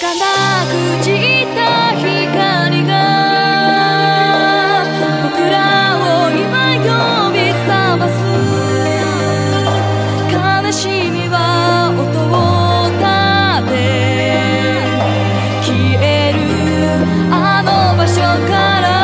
儚く散った光が僕らを今呼び覚ます悲しみは音を立て消えるあの場所から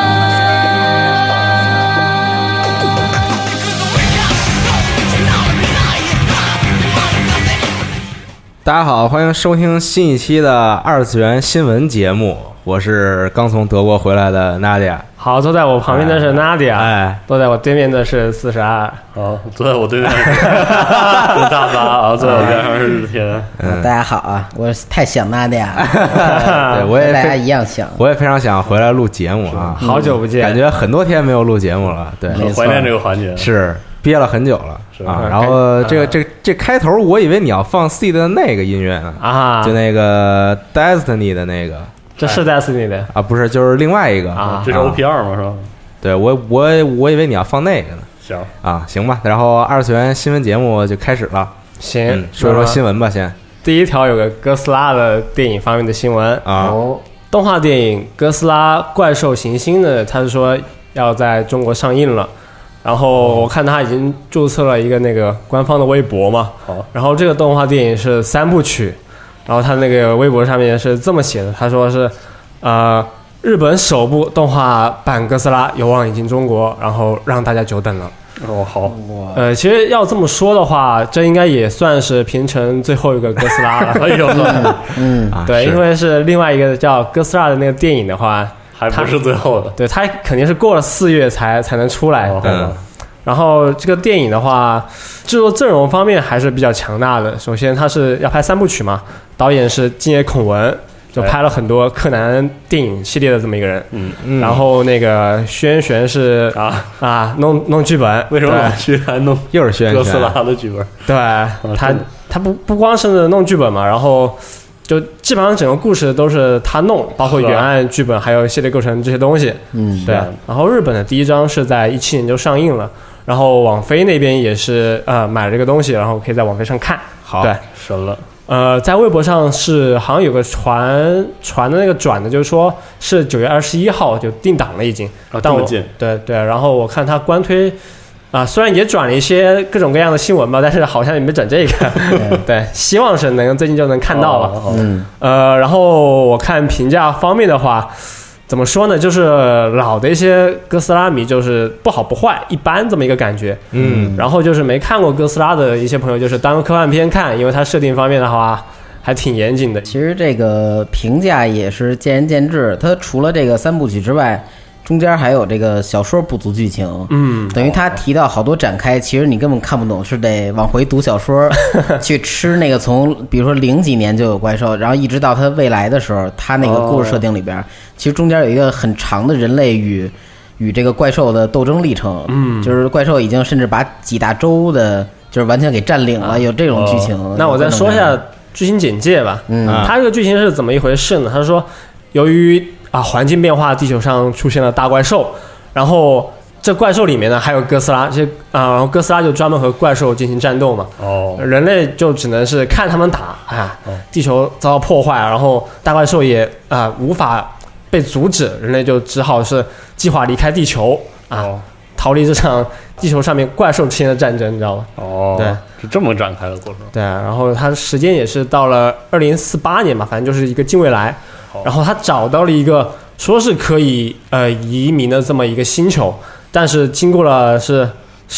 大家好，欢迎收听新一期的二次元新闻节目，我是刚从德国回来的 Nadia。 好，坐在我旁边的是 Nadia， 哎， 坐在我对面的是42。 好，坐在我对面是大巴啊，坐在我边上是日天。 大家好啊，我太想Nadia了， 对，我也大家一样想， 我也非常想回来录节目啊， 好久不见， 感觉很多天没有录节目了，对， 很怀念这个环节， 是憋了很久了。啊，然后这开头，我以为你要放 Seed 的那个音乐呢， 啊， 就那个 Destiny 的那个， 这是 Destiny 的啊，不是，就是另外一个啊， 这是 OP2 吗？是吧？ 对，我以为你要放那个呢。 行啊，行吧，然后二次元新闻节目就开始了。 行， 说说新闻吧，先。 第一条有个哥斯拉的电影方面的新闻啊， 动画电影《哥斯拉：怪兽行星》呢，他是说要在中国上映了。然后我看他已经注册了一个那个官方的微博嘛，然后这个动画电影是3部曲，然后他那个微博上面是这么写的，他说是日本首部动画版哥斯拉有望引进中国，然后让大家久等了。 哦，好， 其实要这么说的话，这应该也算是平成最后一个哥斯拉了。 哎呦， 对，因为是另外一个叫哥斯拉的那个电影的话。 还不是最后的， 对，它肯定是过了4月才能出来。然后这个电影的话，制作阵容方面还是比较强大的。首先，它是要拍3部曲嘛，导演是津野孔文，就拍了很多柯南电影系列的这么一个人。然后那个轩辕是弄剧本， 为什么老去还弄又是轩辕哥斯拉的剧本？ 对，他不光是弄剧本嘛，然后。就基本上整个故事都是他弄，包括原案、剧本还有系列构成这些东西。对。然后日本的第一章是在2017年就上映了，然后网飞那边也是买了这个东西，然后可以在网飞上看。 好， 对， 神了。 在微博上是好像有个传的那个转的，就是说是9月21号就定档了已经。 这么近？ 对。然后我看他官推。虽然也转了一些各种各样的新闻吧，但是好像也没转这个。对，希望是最近就能看到了。然后我看评价方面的话，怎么说呢？就是老的一些哥斯拉迷就是不好不坏，一般这么一个感觉。然后就是没看过哥斯拉的一些朋友，就是当个科幻片看，因为它设定方面的话还挺严谨的。 其实这个评价也是见仁见智，它除了这个3部曲之外。中间还有这个小说不足剧情，等于他提到好多展开，其实你根本看不懂，是得往回读小说，去吃那个从比如说00几年就有怪兽，然后一直到他未来的时候，他那个故事设定里边，其实中间有一个很长的人类与这个怪兽的斗争历程，就是怪兽已经甚至把几大洲的，就是完全给占领了，有这种剧情。 那我再说一下剧情简介吧，他这个剧情是怎么一回事呢？他说，由于环境变化，地球上出现了大怪兽，然后这怪兽里面呢还有哥斯拉，然后哥斯拉就专门和怪兽进行战斗嘛。人类就只能是看他们打地球遭到破坏，然后大怪兽也无法被阻止，人类就只好是计划离开地球逃离这场地球上面怪兽之间的战争，你知道吗？对， 是这么展开的过程。 对，然后它时间也是到了2048年吧，反正就是一个近未来。然后他找到了一个说是可以移民的这么一个星球，但是经过了是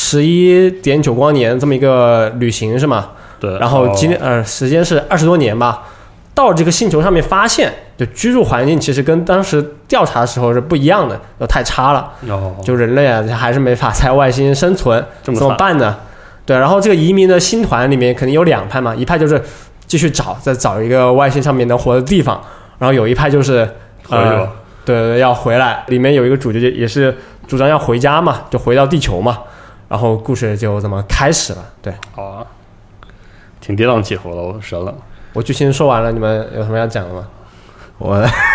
11.9光年这么一个旅行是吗？ 对。 然后时间是20多年吧，到了这个星球上面发现，就居住环境其实跟当时调查的时候是不一样的，都太差了。就人类还是没法在外星生存，怎么办呢？对，然后这个移民的星团里面肯定有2派嘛，一派就是继续再找一个外星上面能活的地方。然后有一派就是对，要回来。里面有一个主角也是主张要回家嘛，就回到地球嘛。然后故事就这么开始了。对， 好啊，挺跌宕起伏的，我神了。 我剧情说完了，你们有什么要讲的吗？ 我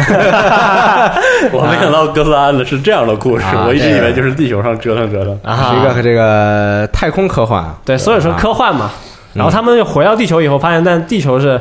没想到哥斯拉的是这样的故事，我一直以为就是地球上折腾， 是一个这个太空科幻。 对，所以说科幻嘛。然后他们回到地球以后，发现但地球是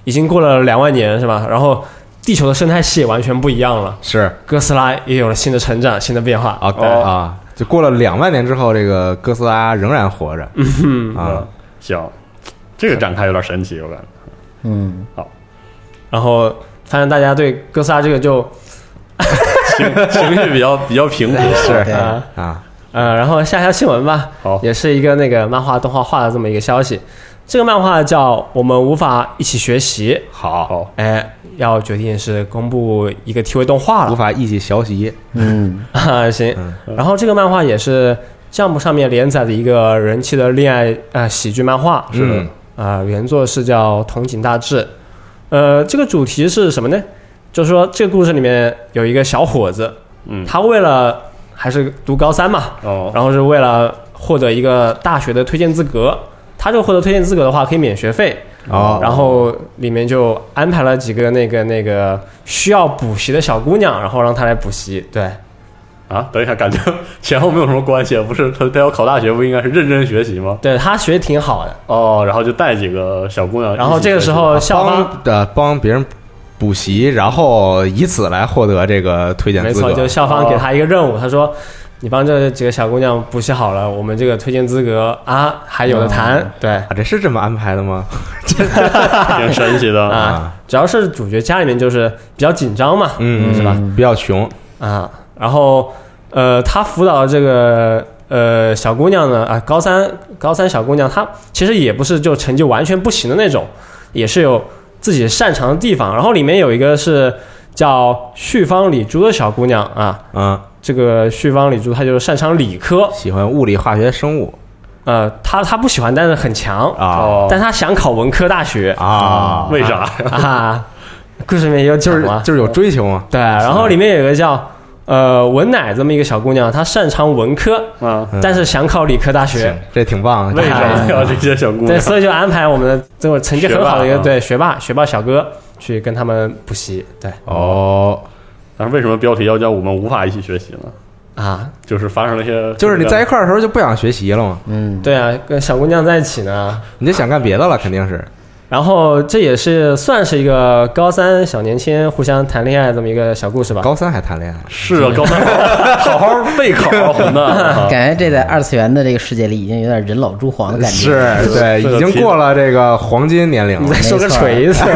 已经过了2万年是吧？然后地球的生态系也完全不一样了， 是哥斯拉也有了新的成长、新的变化。 啊，就过了2万年之后，这个哥斯拉仍然活着。 行，这个展开有点神奇，我感觉。好。 然后发现大家对哥斯拉这个就情绪比较平和， 是然后下条新闻吧， 好， 也是一个那个漫画动画化的这么一个消息。这个漫画叫《我们无法一起学习》， 好， 要决定是公布一个 TV 动画了， 无法一起学习。 行。然后这个漫画也是Jump上面连载的一个人气的恋爱喜剧漫画， 是的，原作是叫《同井大志》。这个主题是什么呢？就是说这个故事里面有一个小伙子，他为了还是读高3嘛，然后是为了获得一个大学的推荐资格，他就获得推荐资格的话可以免学费，然后里面就安排了几个那个需要补习的小姑娘，然后让他来补习。对， 等一下，感觉前后没有什么关系，不是他要考大学，不应该是认真学习吗？ 对，他学挺好的然后就带几个小姑娘， 然后这个时候校方帮别人补习，然后以此来获得这个推荐资格。 没错，就校方给他一个任务，他说你帮这几个小姑娘补习好了，我们这个推荐资格还有的谈。对， 这是这么安排的吗？ 挺神奇的主要是主角家里面就是比较紧张嘛，是吧？ 比较穷然后他辅导的这个小姑娘呢高三小姑娘，她其实也不是就成绩完全不行的那种，也是有自己擅长的地方。然后里面有一个是叫旭方李珠的小姑娘这个旭方李珠她就是擅长理科， 喜欢物理、化学、生物。 她不喜欢，但是很强但她想考文科大学为啥故事里面也有讲嘛， 就是有追求嘛。 对，然后里面有一个叫文乃这么一个小姑娘，她擅长文科但是想考理科大学， 这挺棒的。 为什么要这些小姑娘？ 对，所以就安排我们的这种成绩很好的一个学霸小哥去跟他们补习。对但是为什么标题要叫我们无法一起学习呢？就是发生了一些， 就是你在一块儿的时候就不想学习了嘛。 对啊，跟小姑娘在一起呢， 你就想干别的了，肯定是。 然后这也是算是一个高3小年轻互相谈恋爱这么一个小故事吧。 高3还谈恋爱？ 是高3好好备考，混蛋！ 感觉这在2次元的这个世界里已经有点人老珠黄的感觉。 是，对，已经过了这个黄金年龄了。 你再说个锤子。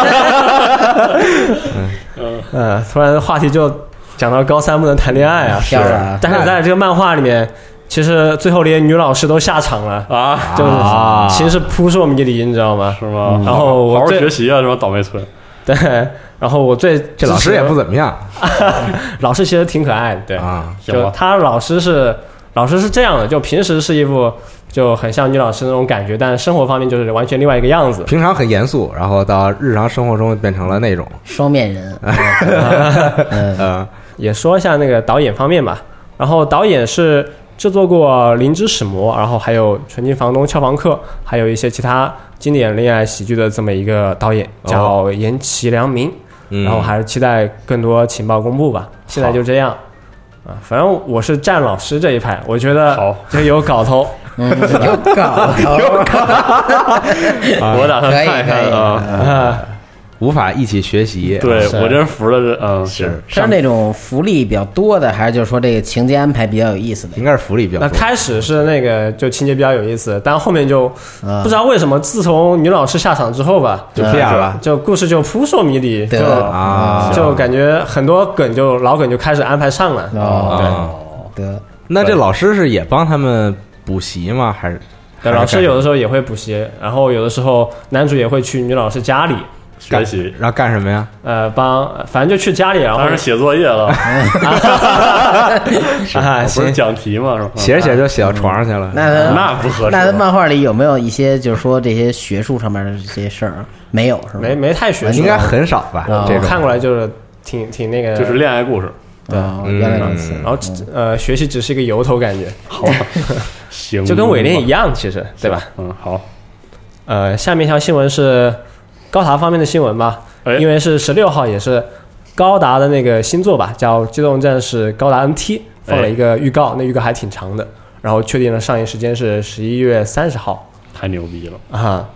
突然话题就讲到高3不能谈恋爱是。 但是在这个漫画里面，其实最后连女老师都下场了就是其实是扑朔迷离，你知道吗？ 是吗？ 然后我好好学习啊，什么倒霉村。 对，然后我这老师也不怎么样， 老师其实挺可爱的，对就他老师是这样的，就平时是一副就很像女老师那种感觉，但生活方面就是完全另外一个样子。 平常很严肃，然后到日常生活中变成了那种双面人。 也说一下那个导演方面吧。然后导演是制作过《灵之使魔》，然后还有《纯情房东俏房客》，还有一些其他经典恋爱喜剧的这么一个导演，叫岩崎良明。然后还是期待更多情报公布吧。现在就这样反正我是站老师这一派，我觉得这有搞头。 有搞头。 我打算看一看无法一起学习。 对，我真服了这是那种福利比较多的，还是就是说这个情节安排比较有意思的？ 应该是福利比较多。 那开始是那个就情节比较有意思，但后面就不知道为什么，自从女老师下场之后吧， 就变了， 就故事就扑朔迷离，就感觉很多梗就老梗就开始安排上了。 对， 那这老师是也帮他们补习吗？还是？ 对，老师有的时候也会补习，然后有的时候男主也会去女老师家里学习， 然后干什么呀？ 反正就去家里，然后当然写作业了。不是讲题吗？是吧？ 写着写就写到床上去了。 那不合适。 那漫画里有没有一些就是说这些学术上面的这些事儿？没有是吧？ 没太学术， 应该很少吧？这种看过来就是挺那个， 就是恋爱故事。 对，原来如此。 然后学习只是一个由头，感觉好，行， 就跟伪恋一样，其实对吧？ 好。 下面一条新闻是高达方面的新闻吧，因为是16号，也是高达的那个新作吧，叫《机动战士高达 NT》，放了一个预告，那预告还挺长的，然后确定了上映时间是11月30号， 太牛逼了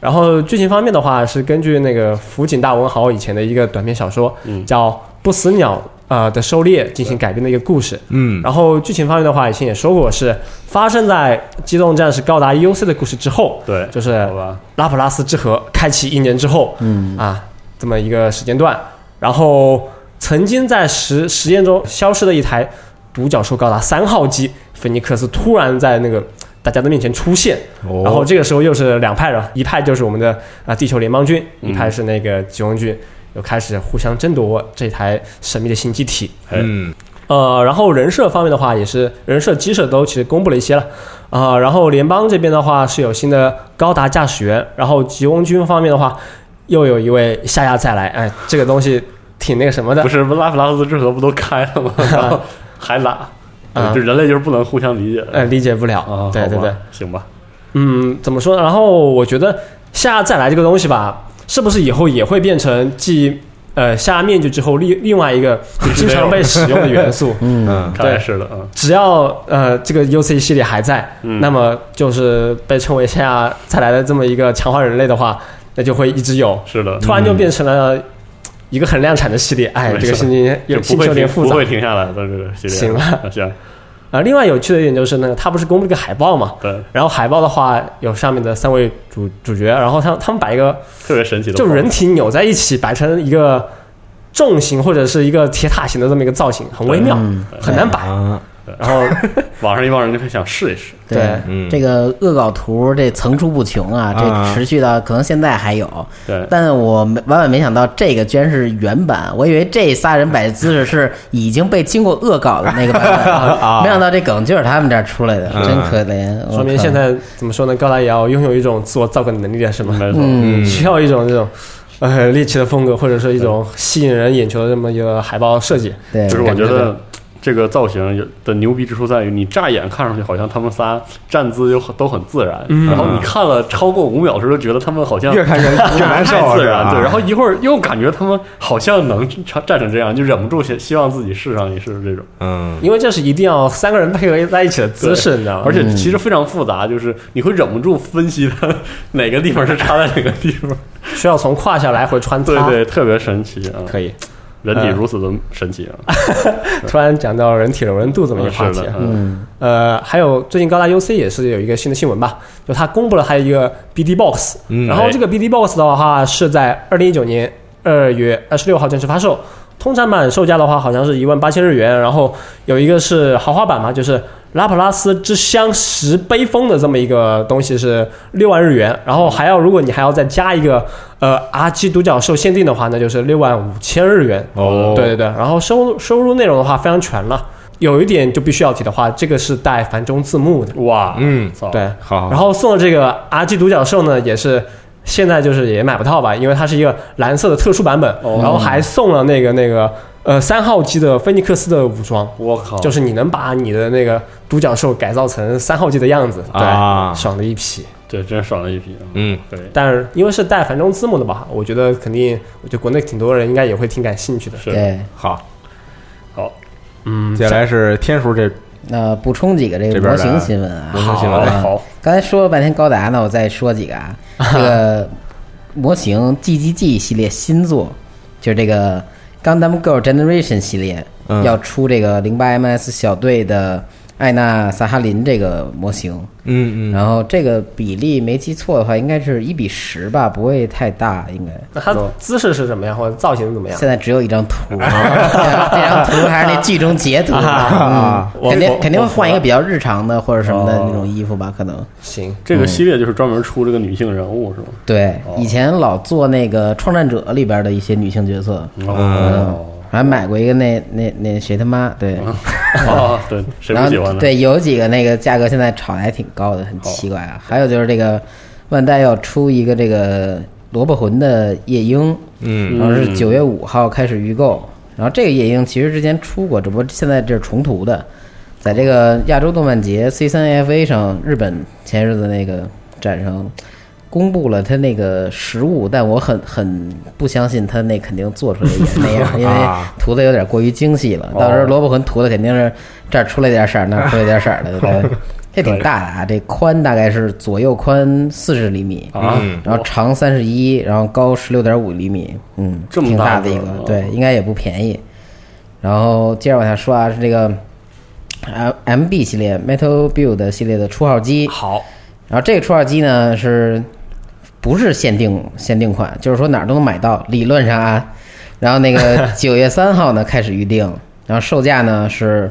然后剧情方面的话，是根据那个福井大文豪以前的一个短篇小说，叫《不死鸟》的狩猎进行改编的一个故事。然后剧情方面的话，以前也说过，是发生在机动战士高达 EOC 的故事之后， 对， 就是拉普拉斯之河开启1年之后，这么一个时间段。然后曾经在实验中消失的一台独角兽高达3号机菲尼克斯突然在那个大家的面前出现，然后这个时候又是两派人，一派就是我们的地球联邦军，一派是那个吉翁军，又开始互相争夺这台神秘的新机体。然后人设方面的话，也是人设机设都其实公布了一些了然后联邦这边的话是有新的高达驾驶员，然后吉翁军方面的话又有一位夏亚再来，这个东西挺那个什么的。 不是拉普拉斯之河不都开了吗？然后还拉。就人类就是不能互相理解， 理解不了。对对对， 行吧。 怎么说呢？然后我觉得夏再来这个东西吧，是不是以后也会变成继夏面具之后另外一个经常被使用的元素？ 看来是的。 只要这个 UC 系列还在，那么就是被称为夏再来的这么一个强化人类的话，那就会一直有。 是的， 突然就变成了一个很量产的系列。这个星期有点复杂， 不会停下来的这个系列。 行吧， 行。 另外有趣的一点就是呢，他不是公布了一个海报嘛？ 对。 然后海报的话有上面的3位主角，然后他们把一个特别神奇的， 就人体扭在一起，摆成一个重型或者是一个铁塔型的这么一个造型，很微妙，很难摆。然后网上一帮人就很想试一试。 对， 这个恶搞图这层出不穷啊，这持续到可能现在还有。 对， 但我万万没想到这个居然是原版，我以为这仨人摆的姿势是已经被经过恶搞的那个版本，没想到这梗就是他们这儿出来的，真可怜。 说明现在怎么说呢？高达也要拥有一种自我造梗的能力，是吗？ 没错， 需要一种这种猎奇的风格，或者说一种吸引人眼球的这么一个海报设计。 对， 就是我觉得这个造型的牛逼之处在于，你乍眼看上去好像他们仨站姿都很自然，然后你看了超过5秒时就觉得他们好像越看越难受， 自然。对，然后一会儿又感觉他们好像能站成这样，就忍不住希望自己试上一试这种。 因为这是一定要3个人配合在一起的姿势，你知道吗？ 而且其实非常复杂，就是你会忍不住分析它哪个地方是插在哪个地方， 需要从胯下来回穿插。 对，特别神奇啊！ 可以。 人体如此的神奇突然讲到人体柔韧度这么一个话题。还有最近高达 UC 也是有一个新的新闻吧，就它公布了还有一个 BD Box，然后这个 BD Box 的话是在2019年2月26号正式发售，通常版售价的话好像是18000日元，然后有一个是豪华版嘛，就是拉普拉斯之乡10杯风的这么一个东西是6万日元，然后还要如果你还要再加一个R7独角兽限定的话，那就是65000日元。对，然后收入内容的话非常全了。有一点就必须要提的话，这个是带繁中字幕的。 哇， 对， 好。 然后送的这个 R7独角兽呢，也是现在就是也买不到吧，因为它是一个蓝色的特殊版本，然后还送了那个3号机的菲尼克斯的武装。 我靠， 就是你能把你的那个独角兽改造成3号机的样子，对，爽的一批。 对，真爽了一批。对。 但是因为是带繁中字幕的吧，我觉得肯定，我觉得国内挺多人应该也会挺感兴趣的。 对， 好。接下来是天叔这。 补充几个这个模型新闻啊。 好。 刚才说了半天高达呢，我再说几个啊。这个模型 GGG 系列新作，就是这个 Gundam Girl Generation 系列，要出这个08MS 小队的艾娜萨哈林这个模型。然后这个比例没记错的话，应该是1:10吧，不会太大，应该。 那它姿势是什么样，或者造型怎么样？ 现在只有一张图，这张图还是那剧中截图肯定会换一个比较日常的或者什么的那种衣服吧，可能。 行， 这个系列就是专门出这个女性人物是吗？ 对，以前老做那个创战者里边的一些女性角色。还买过一个那谁他妈对对，谁不喜欢的？ 对，有几个那个价格现在炒的还挺高的，很奇怪啊。还有就是这个万代要出一个这个萝卜魂的夜鹰，然后是9月5号开始预购。然后这个夜鹰其实之前出过，只不过现在这是重涂的，在这个亚洲动漫节 C3FA 上，日本前日子那个展上公布了他那个实物，但我很不相信他那肯定做出来也是那样，因为涂的有点过于精细了。到时候萝卜魂涂的肯定是这儿出来点色儿，那儿出来点色儿的， 这挺大的啊，这宽大概是左右宽40厘米啊， 然后长31，然后高16.5厘米， 这么挺大的一个，对，应该也不便宜。然后接着往下说啊，是这个MB 系列 Metal Build 系列的初号机。 好， 然后这个初号机呢不是限定款，就是说哪儿都能买到，理论上啊。然后那个9月3号呢开始预定，然后售价呢是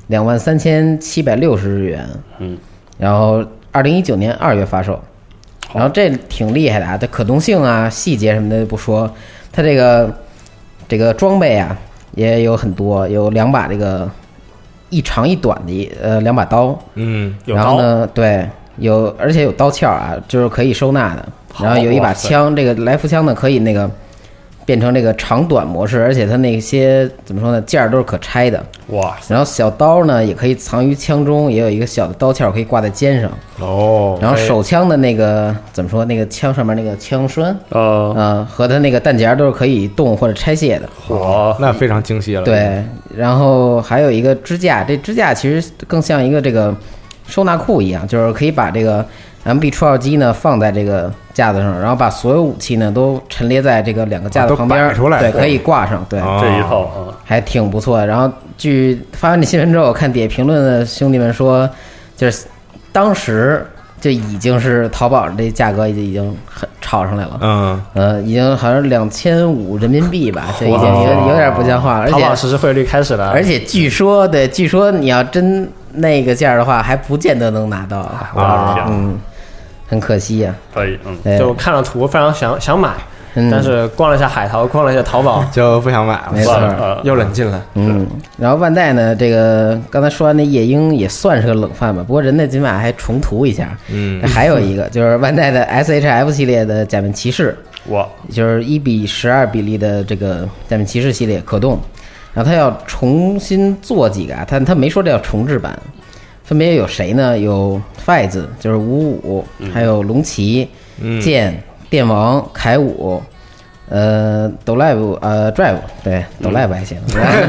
23,760日元，然后2019年2月发售。然后这挺厉害的啊，它可动性啊、细节什么的不说，它这个装备啊也有很多，有2把这个一长一短的2把刀，然后呢，对，而且有刀鞘啊，就是可以收纳的。然后有一把枪，这个来福枪呢可以那个变成这个长短模式，而且它那些怎么说呢，件儿都是可拆的。 哇！ 然后小刀呢也可以藏于枪中，也有一个小的刀鞘可以挂在肩上。 哦。 然后手枪的那个怎么说，那个枪上面那个枪栓和它那个弹夹都是可以动或者拆卸的。 哇， 那非常精细了。 对，然后还有一个支架，这支架其实更像一个这个收纳库一样，就是可以把这个 MB 初号机呢放在这个架子上，然后把所有武器呢都陈列在这个2个架子旁边， 出来， 对，可以挂上，对， 这一套还挺不错的。然后据发完这新闻之后，我看底下评论的兄弟们说，就是当时就已经是淘宝这价格已经很炒上来了，已经好像2500人民币吧，这已经有点不像话了。而且淘宝实时汇率开始了， 而且据说你要真那个价的话，还不见得能拿到。很可惜呀。 可以， 就看了图非常想买，但是逛了一下海淘，逛了一下淘宝， 就不想买了， 没错， 又冷静了。 然后万代呢，这个刚才说完那夜鹰也算是个冷饭吧，不过人家今晚还重涂一下。还有一个就是万代的 SHF 系列的假面骑士， 哇， 就是1:12比例的这个假面骑士系列可动，然后他要重新做几个啊，他没说这叫重制版。分别有谁呢？有 Fights 就是55，还有龙骑、剑、电王、凯舞，Dolive Drive 对 Dolive 还行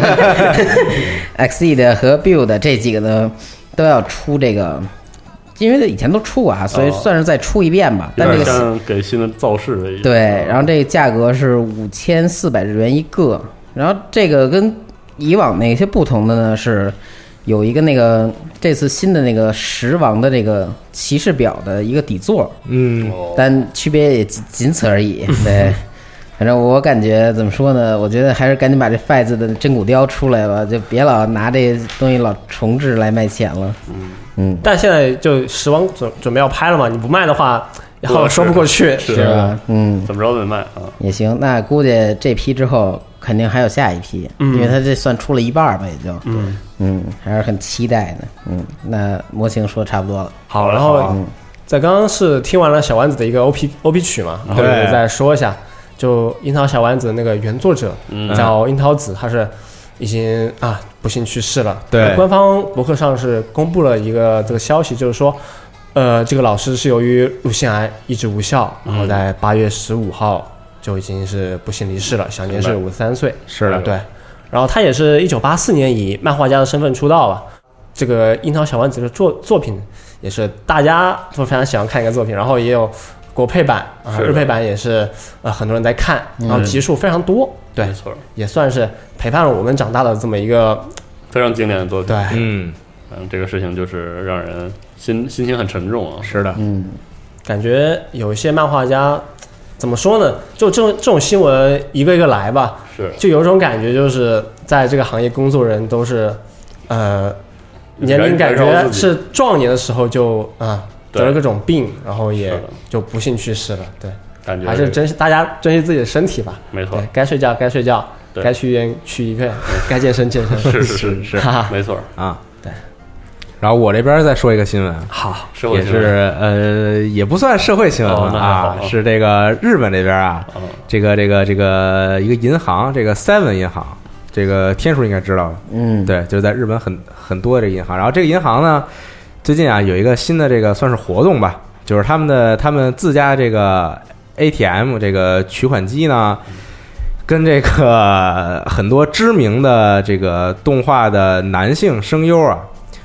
，Exceed 和 Build 这几个呢都要出这个，因为以前都出过啊，所以算是再出一遍吧。但这个像给新的造势的一样。 对，然后这个价格是5400日元一个，然后这个跟以往那些不同的呢是。有一个那个这次新的那个10王的这个骑士表的一个底座，但区别也仅此而已。对，反正我感觉怎么说呢？我觉得还是赶紧把这 Fights 的真骨雕出来吧，就别老拿这东西老重置来卖钱了。 但现在就10王准备要拍了嘛，你不卖的话，然后说不过去， 是吧？ 怎么着得卖啊？ 也行，那估计这批之后。肯定还有下一批，因为他这算出了一半吧，也就，还是很期待的，那模型说差不多了。 好，然后在刚刚是听完了小丸子的一个 OP 曲嘛，然后再说一下，就樱桃小丸子那个原作者叫樱桃子，他是已经不幸去世了。 对， 官方博客上是公布了一个这个消息，就是说，这个老师是由于乳腺癌医治无效，然后在8月15号。就已经是不幸离世了，享年是53岁。 是的， 对。然后他也是1984年以漫画家的身份出道吧。这个樱桃小丸子的作品也是大家都非常喜欢看一个作品，然后也有国配版日配版也是很多人在看，然后集数非常多，对， 没错， 也算是陪伴了我们长大的这么一个非常经典的作品。 对， 这个事情就是让人心情很沉重啊。 是的， 感觉有一些漫画家。怎么说呢？就这种新闻一个一个来吧，就有种感觉，就是在这个行业工作人都是，年龄感觉是壮年的时候就得了各种病，然后也就不幸去世了。对， 感觉还是大家珍惜自己的身体吧。 没错， 该睡觉，该去医院去医院，该健身。 是，没错啊。 然后我这边再说一个新闻， 好， 也是也不算社会新闻是这个日本这边这个一个银行，这个 Seven 银行，这个天叔应该知道，对，就是在日本很多的这个银行。然后这个银行呢，最近有一个新的这个算是活动吧，就是他们自家这个 ATM 这个取款机呢，跟这个很多知名的这个动画的男性声优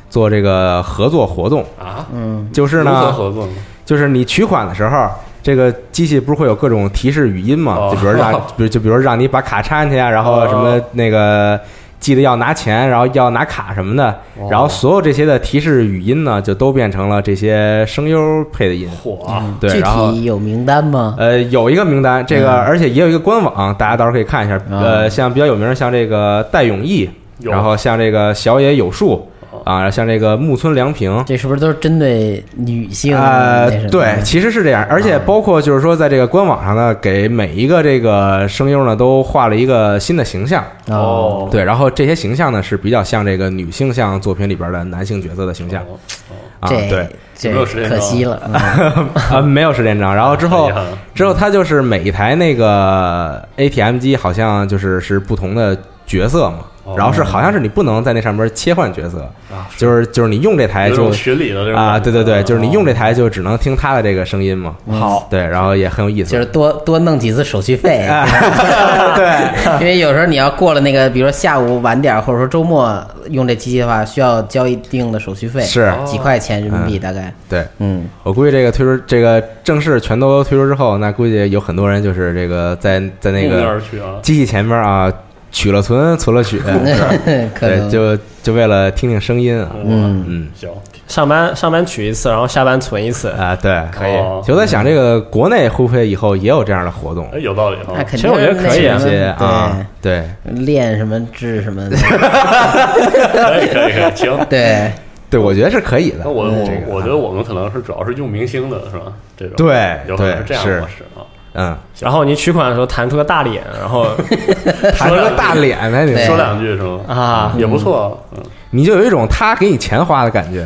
做这个合作活动啊， 就是呢， 如何合作呢？ 就是你取款的时候，这个机器不是会有各种提示语音嘛？就比如让你把卡插进去啊，然后什么那个记得要拿钱，然后要拿卡什么的，然后所有这些的提示语音呢，就都变成了这些声优配的音。对， 具然后体有名单吗？ 有一个名单，这个而且也有一个官网，大家到时候可以看一下。像比较有名的，像这个戴永义，然后像这个小野有树。啊，像这个木村良平， 这是不是都是针对女性？ 对，其实是这样，而且包括就是说，在这个官网上呢，给每一个这个声优呢都画了一个新的形象。对，然后这些形象呢是比较像这个女性向作品里边的男性角色的形象。对， 这可惜了没有时间章。然后之后它就是每一台那个 ATM 机好像是不同的角色嘛。然后好像是你不能在那上面切换角色，就是你用这台就群里的这种对，就是你用这台就只能听他的这个声音嘛。 好， 对，然后也很有意思， 就是多弄几次手续费。 对， 因为有时候你要过了那个，比如说下午晚点或者说周末用这机器的话，需要交一定的手续费， 是几块钱人民币大概。 对，我估计这个推出这个正式全都推出之后，那估计有很多人就是这个在那个机器前面啊。取了存了取，对，就为了听听声音啊。 行， 上班取一次，然后下班存一次啊，对，可以。就在想这个国内会不会以后也有这样的活动？ 有道理啊。 其实我觉得可以一些啊，对， 练什么治什么的， 可以，行， 对，我觉得是可以的。 那我觉得我们可能是主要是用明星的，是吧？这种对， 有可能是这样的模式啊。 然后你取款的时候弹出个大脸，然后弹出个大脸呢，你说两句是吗？ 啊， 也不错。 你就有一种他给你钱花的感觉，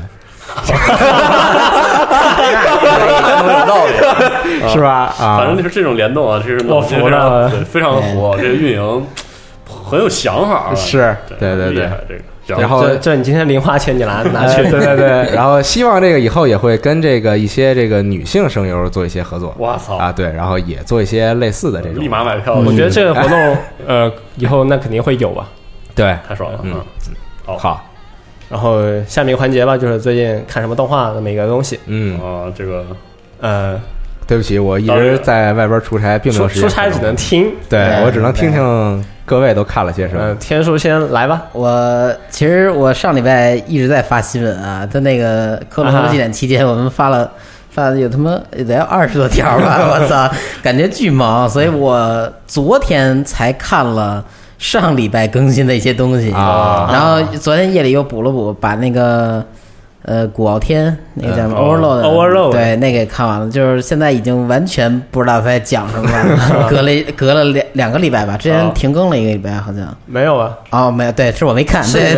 有道理， 是吧？啊， 反正就是这种联动啊，这是我服了， 非常的火，这个运营很有想法， 是，对， 厉害这个。 然后这你今天零花钱你拿去， 对，然后希望这个以后也会跟这个一些这个女性声优做一些合作。 我操啊，对，然后也做一些类似的这种， 立马买票。 我觉得这个活动以后那肯定会有吧。 对， 太爽了。 好。 然后下面一个环节吧，就是最近看什么动画的每个东西。 这个对不起，我一直在外边出差，并没有时间。 出差只能听， 对我只能听听各位都看了些什么。 天数先来吧。 其实我上礼拜一直在发新闻啊，在那个科隆纪念期间，我们发了有他妈得要20多条吧，我操，感觉巨忙，所以我昨天才看了上礼拜更新的一些东西然后昨天夜里又补了补，把那个古傲天那个叫什么 Overload 对，那个也看完了，就是现在已经完全不知道在讲什么了。隔了两个礼拜吧，之前停更了1个礼拜，好像没有啊。 没有，对，是我没看，对，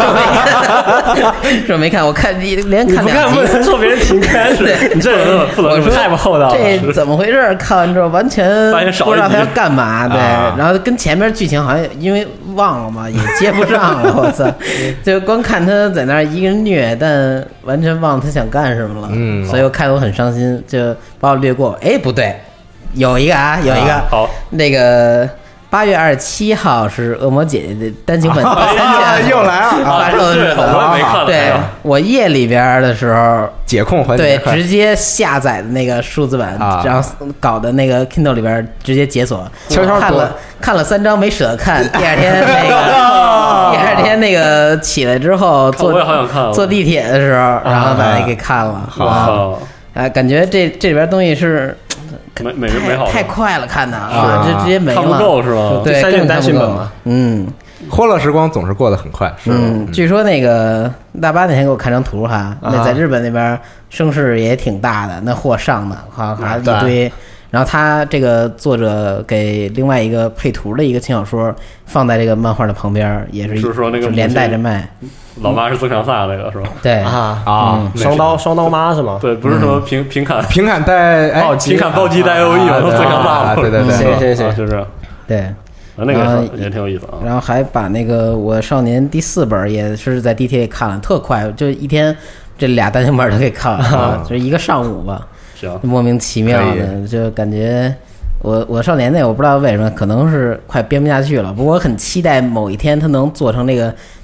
是我没看，我看连看2集， 不能说别人停更，你这人我说太不厚道了， 这怎么回事？看完之后完全不知道他要干嘛，对，然后跟前面剧情好像因为忘了嘛，也接不上了，我操，就光看他在那儿一个人虐，但完全忘了他想干什么了，所以我看得我很伤心，就把我略过。不对，有一个好， 那个8月27号是恶魔姐姐的单行本3卷又来了， 发售的日子。对，我夜里边的时候解控环节，对，直接下载的那个数字版，然后搞的那个 Kindle 里边直接解锁，悄悄看了3章没舍得看，第二天那个起来之后坐地铁的时候，然后把那给看了。 好， 感觉这里边东西是没好， 太快了，看的啊，这直接没了， 看不够是吗？ 对， 3卷单行本嘛。 欢乐时光总是过得很快。 据说那个大巴那天给我看张图哈，那在日本那边声势也挺大的，那货上的哈一堆。然后他这个作者给另外一个配图的一个轻小说放在这个漫画的旁边，也是说那个连带着卖。 老妈是增强赛那个是吧？ 对双刀妈是吗？ 对，不是说平砍带平砍暴击带 OE 嘛，增强赛。 对， 行， 就是对。 那个也挺有意思啊。 然后还把那个我少年第4本也是在地铁里看了，特快，就一天这俩单行本都给看了，就是一个上午吧。莫名其妙的，就感觉我少年那我不知道为什么，可能是快编不下去了。不过我很期待某一天它能做成那个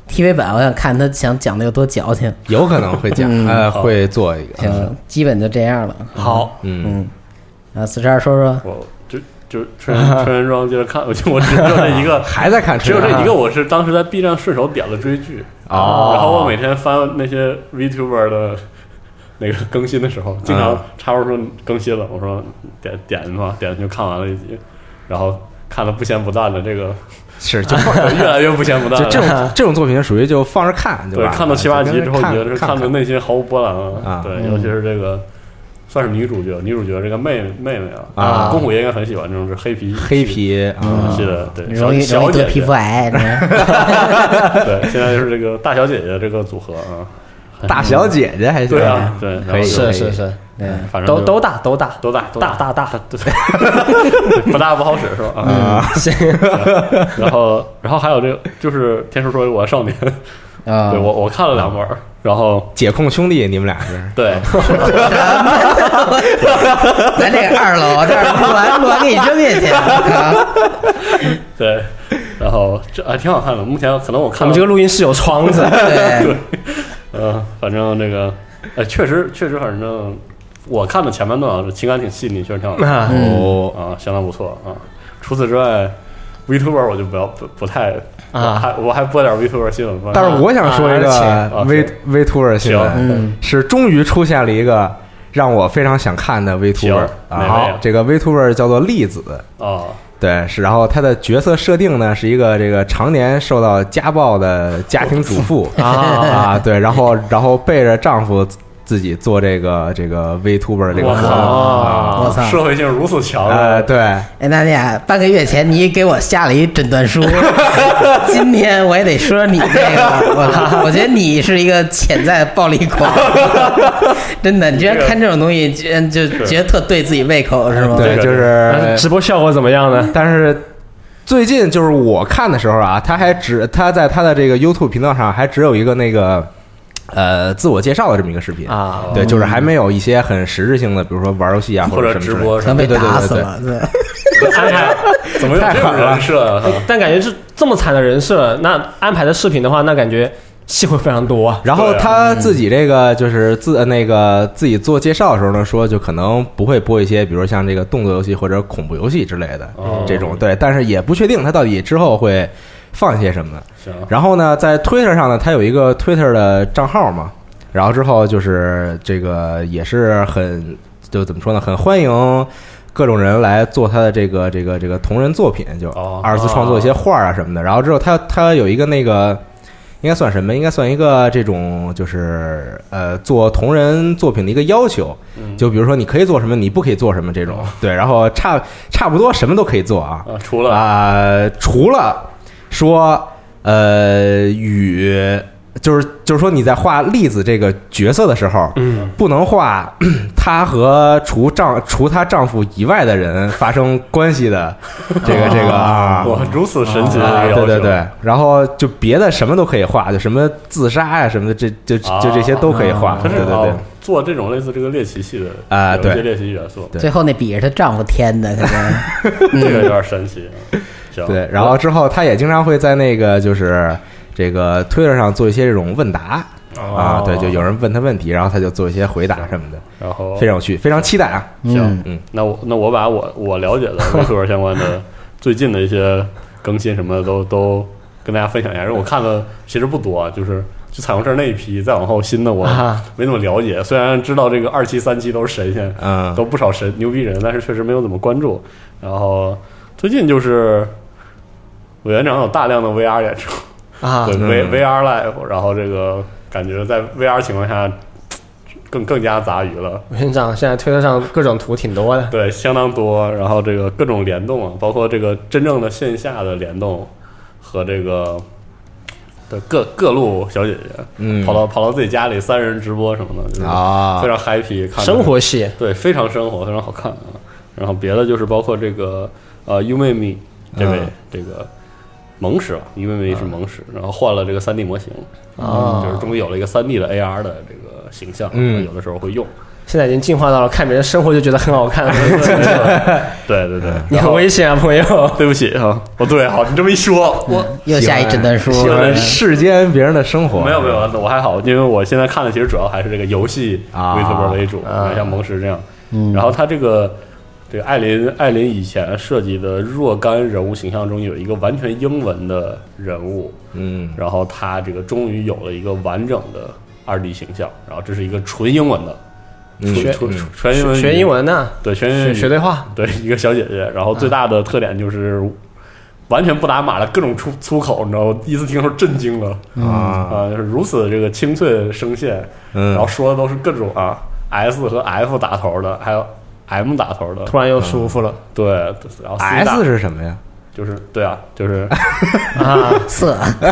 TV 版，我想看他想讲的有多矫情， 有可能会讲，会做一个。 行，基本就这样了。 好， 啊，42说说， 我就春原庄接着看，我只有这一个， 还在看， 只有这一个，我是当时在 B 站顺手点了追剧然后我每天翻那些 VTuber 的那个更新的时候，经常插入说更新了，我说点嘛，点就看完了一集，然后看的不咸不淡的这个。 是，就越来越不咸不淡。 就这种作品属于就放着看， 对，看到7、8集之后，觉得看的内心毫无波澜了。对，尤其是这个算是女主角这个妹妹啊，公虎爷应该很喜欢这种是黑皮系的，对， 容易得皮肤癌。 对，现在就是这个大小姐姐这个组合啊。 大小姐姐还行， 对啊，对， 可以是， 对，反正都大， 对，不大不好使是吧？ 行。 然后还有这个就是天书说我的少年对我看了2本，然后解控兄弟你们俩是对， 咱这个2楼这儿录完给你扔下去。 对，然后这还挺好看的。目前可能我看我们这个录音室有窗子， 对。 反正这个，确实，反正我看的前半段啊，情感挺细腻，确实挺好看相当不错啊。除此之外 ，VTuber 我就不太我还播点 VTuber 新闻。 但是我想说一个VTuber 新闻，是终于出现了一个让我非常想看的 VTuber 啊，这个 VTuber 叫做栗子对，是，然后她的角色设定呢是一个这个常年受到家暴的家庭主妇对，然后背着丈夫自己做这个 VTuber 这个活动我操， 社会性如此强对， 那俩半个月前你给我下了一诊断书，今天我也得说你这个，我觉得你是一个潜在暴力狂，真的，你居然看这种东西，居然就觉得特对自己胃口是吗？ 对，就是直播效果怎么样呢？ 但是最近就是我看的时候啊，他在他的这个 YouTube 频道上还只有一个那个。自我介绍的这么一个视频对，就是还没有一些很实质性的，比如说玩游戏啊或者直播什么，被打死了，对， 安排怎么有这种人设？ 但感觉是这么惨的人设，那安排的视频的话，那感觉戏会非常多。 然后他自己这个就是自己做介绍的时候呢，说就可能不会播一些，比如像这个动作游戏或者恐怖游戏之类的这种，对，但是也不确定他到底之后会。放一些什么？然后呢，在 Twitter 上呢，他有一个 Twitter 的账号嘛，然后之后就是这个也是就怎么说呢，很欢迎各种人来做他的这个同人作品，就二次创作一些画啊什么的。然后之后他有一个那个应该算什么？应该算一个这种就是做同人作品的一个要求，就比如说你可以做什么，你不可以做什么这种。对，然后差不多什么都可以做啊，除了。说就是说你在画栗子这个角色的时候，不能画她和除她丈夫以外的人发生关系的这个哇，如此神奇的一个要求。 对，然后就别的什么都可以画，就什么自杀呀什么的，就这些都可以画。对， 做这种类似这个猎奇系的有一些猎奇元素。 最后那笔是她丈夫添的， 这个有点神奇。 对，然后之后他也经常会在那个就是这个 Twitter 上做一些这种问答对，就有人问他问题，然后他就做一些回答什么的， 然后非常有趣，非常期待啊。 行，那我把我了解的 VTuber 相关的最近的一些更新什么的都跟大家分享一下，因为我看的其实不多，就彩虹社那一批，再往后新的我没怎么了解，虽然知道这个2期3期都是神仙，都不少牛逼人，但是确实没有怎么关注。然后最近就是委员长有大量的 VR 演出对VR Live， 然后这个感觉在 VR 情况下更加杂鱼了。 委员长现在推特上各种图挺多的， 对，相当多。然后这个各种联动包括这个真正的线下的联动和这个的各路小姐姐，跑到自己家里3人直播什么的，非常 happy， 看生活系， 对，非常生活，非常好看然后别的就是包括这个Umemi 这位这个。萌使吧，因为是萌使，然后换了这个3D 模型就是终于有了一个3D 的 AR 的这个形象，有的时候会用， 现在已经进化到了看别人生活就觉得很好看的对对对， 你很危险啊，朋友。 对不起啊，对，好，你这么一说，我又下一诊断书， 喜欢世间别人的生活。 没有，我还好，因为我现在看的其实主要还是这个游戏VTuber为主，像蒙石这样。然后他这个艾琳以前设计的若干人物形象中有一个完全英文的人物，然后他这个终于有了一个完整的2D 形象，然后这是一个纯英文的。全英文学英文呢？ 对，全英文学对话， 对，一个小姐姐。然后最大的特点就是完全不打码的各种粗口，你知道吗？第一次听说震惊了就是如此这个清脆的声线，然后说的都是各种S 和 F 打头的，还有 M 打头的， 突然又舒服了。 对，然后 S 是什么呀？ 就是对啊，就是色，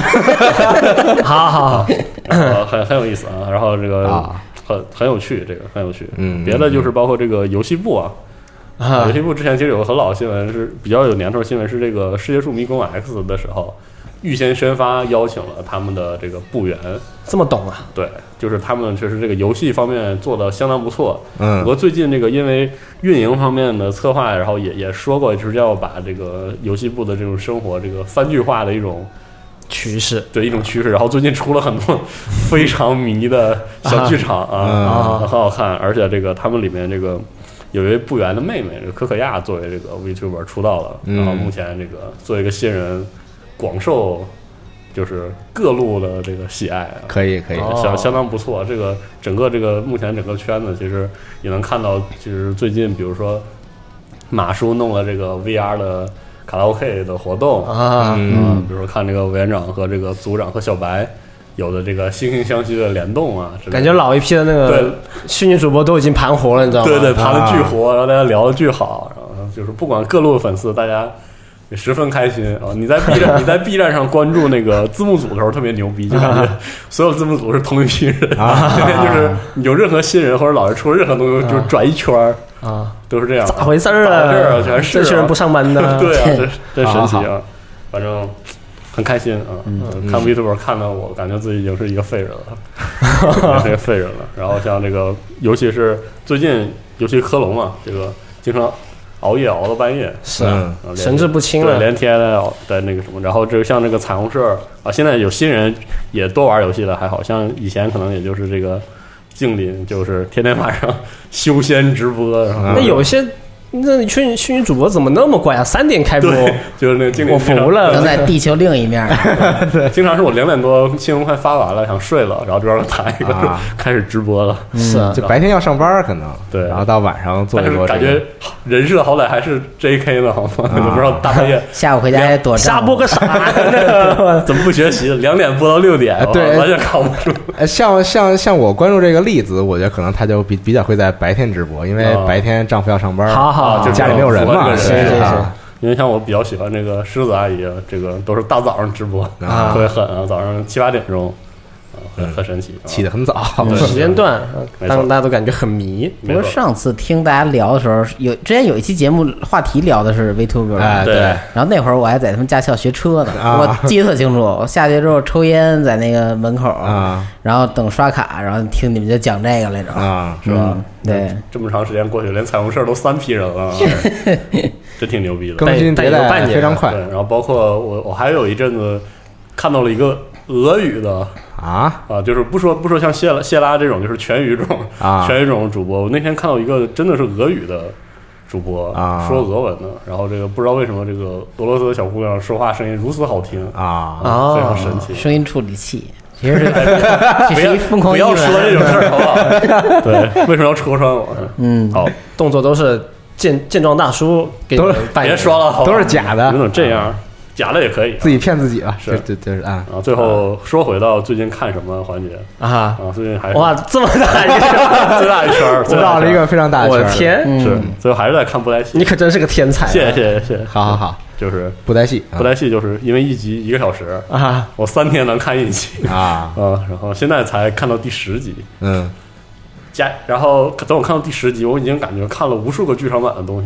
好， 很有意思啊。然后这个很有趣，这个很有趣。别的就是包括这个游戏部游戏部之前其实有个很老的新闻，是比较有年头的新闻，是这个世界树迷宫 X 的时候，预先宣发邀请了他们的这个部员。 这么懂啊？ 对，就是他们确实这个游戏方面做的相当不错。不过最近这个因为运营方面的策划，然后也说过，就是要把这个游戏部的这种生活这个番剧化的一种趋势， 对，一种趋势。然后最近出了很多非常迷的小剧场很好看，而且这个他们里面这个有一位部员的妹妹，这个可可亚作为这个 VTuber 出道了，然后目前这个作为一个新人，广受就是各路的这个喜爱， 可以， 相当不错。这个整个这个目前整个圈子其实也能看到，其实最近比如说马叔弄了这个 VR 的卡拉 OK 的活动比如说看这个委员长和这个组长和小白有的这个惺惺相惜的联动感觉老一批的那个虚拟主播都已经盘活了，你知道吗？ 对，盘的巨活，然后大家聊的巨好，然后就是不管各路粉丝，大家也十分开心啊！你在 B 站上关注那个字幕组的时候特别牛逼，就感觉所有字幕组是同一批人天天就是有任何新人或者老人出了任何东西，就是转一圈都是这样。 咋回事啊？ 全是这些人不上班的， 对啊，这神奇啊！反正很开心看 VTuber 看到我，感觉自己已经是一个废人了，是一个废人了。然后像这个，尤其是最近，尤其科隆这个经常熬夜熬到半夜， 是神志不清了， 连天的那个什么。然后这个像这个彩虹社现在有新人也多玩游戏了，还好像以前可能也就是这个静林，就是天天晚上修仙直播。 那有些。那虚拟主播怎么那么怪啊？3点开播， 就是那个经理， 我服了。 正在地球另一面， 对，经常是我2点多新闻快发完了，想睡了，然后就让他弹一个，开始直播了。 是啊， 就白天要上班可能， 对， 然后到晚上做一做， 感觉人设好歹还是 JK 呢，好吗？都不知道大半夜下午回家还躲瞎播个啥？ 怎么不学习？2点播到6点， 对， 完全扛不住。 像我关注这个例子，我觉得可能他就比较会在白天直播，因为白天丈夫要上班， 好， 就家里没有人嘛， 是。 因为像我比较喜欢这个狮子阿姨，这个都是大早上直播，特别狠早上7、8点钟，很神奇， 起得很早， 时间段让大家都感觉很迷。 不过上次听大家聊的时候，之前有一期节目话题聊的是 VTuber， 对。 然后那会儿我还在他们驾校学车呢，我记得特清楚。我下学之后抽烟在那个门口然后等刷卡，然后听你们就讲这个来着是吧？对， 这么长时间过去，连彩虹社都3批人了，这挺牛逼的， 更新迭代非常快。 对，然后包括我还有一阵子看到了一个俄语的就是不说像谢拉这种就是全语种主播，我那天看到一个真的是俄语的主播说俄文的，然后这个不知道为什么这个俄罗斯的小姑娘说话声音如此好听非常神奇， 声音处理器。其实是疯狂， 不要说这种事儿好不好？对，为什么要戳穿我？好， 动作都是健壮大叔给都别说了， 都是假的， 你怎么这样？假的也可以， 自己骗自己了， 是就是然后最后说回到最近看什么环节最近还是哇这么大一个最大一圈， 绕了一个非常大的圈， 我的天， 是最后还是在看布袋戏。 你可真是个天才， 谢谢， 好， 就是布袋戏就是因为一集1个小时我3天能看1集然后现在才看到第10集， 然后等我看到第10集，我已经感觉看了无数个剧场版的东西了。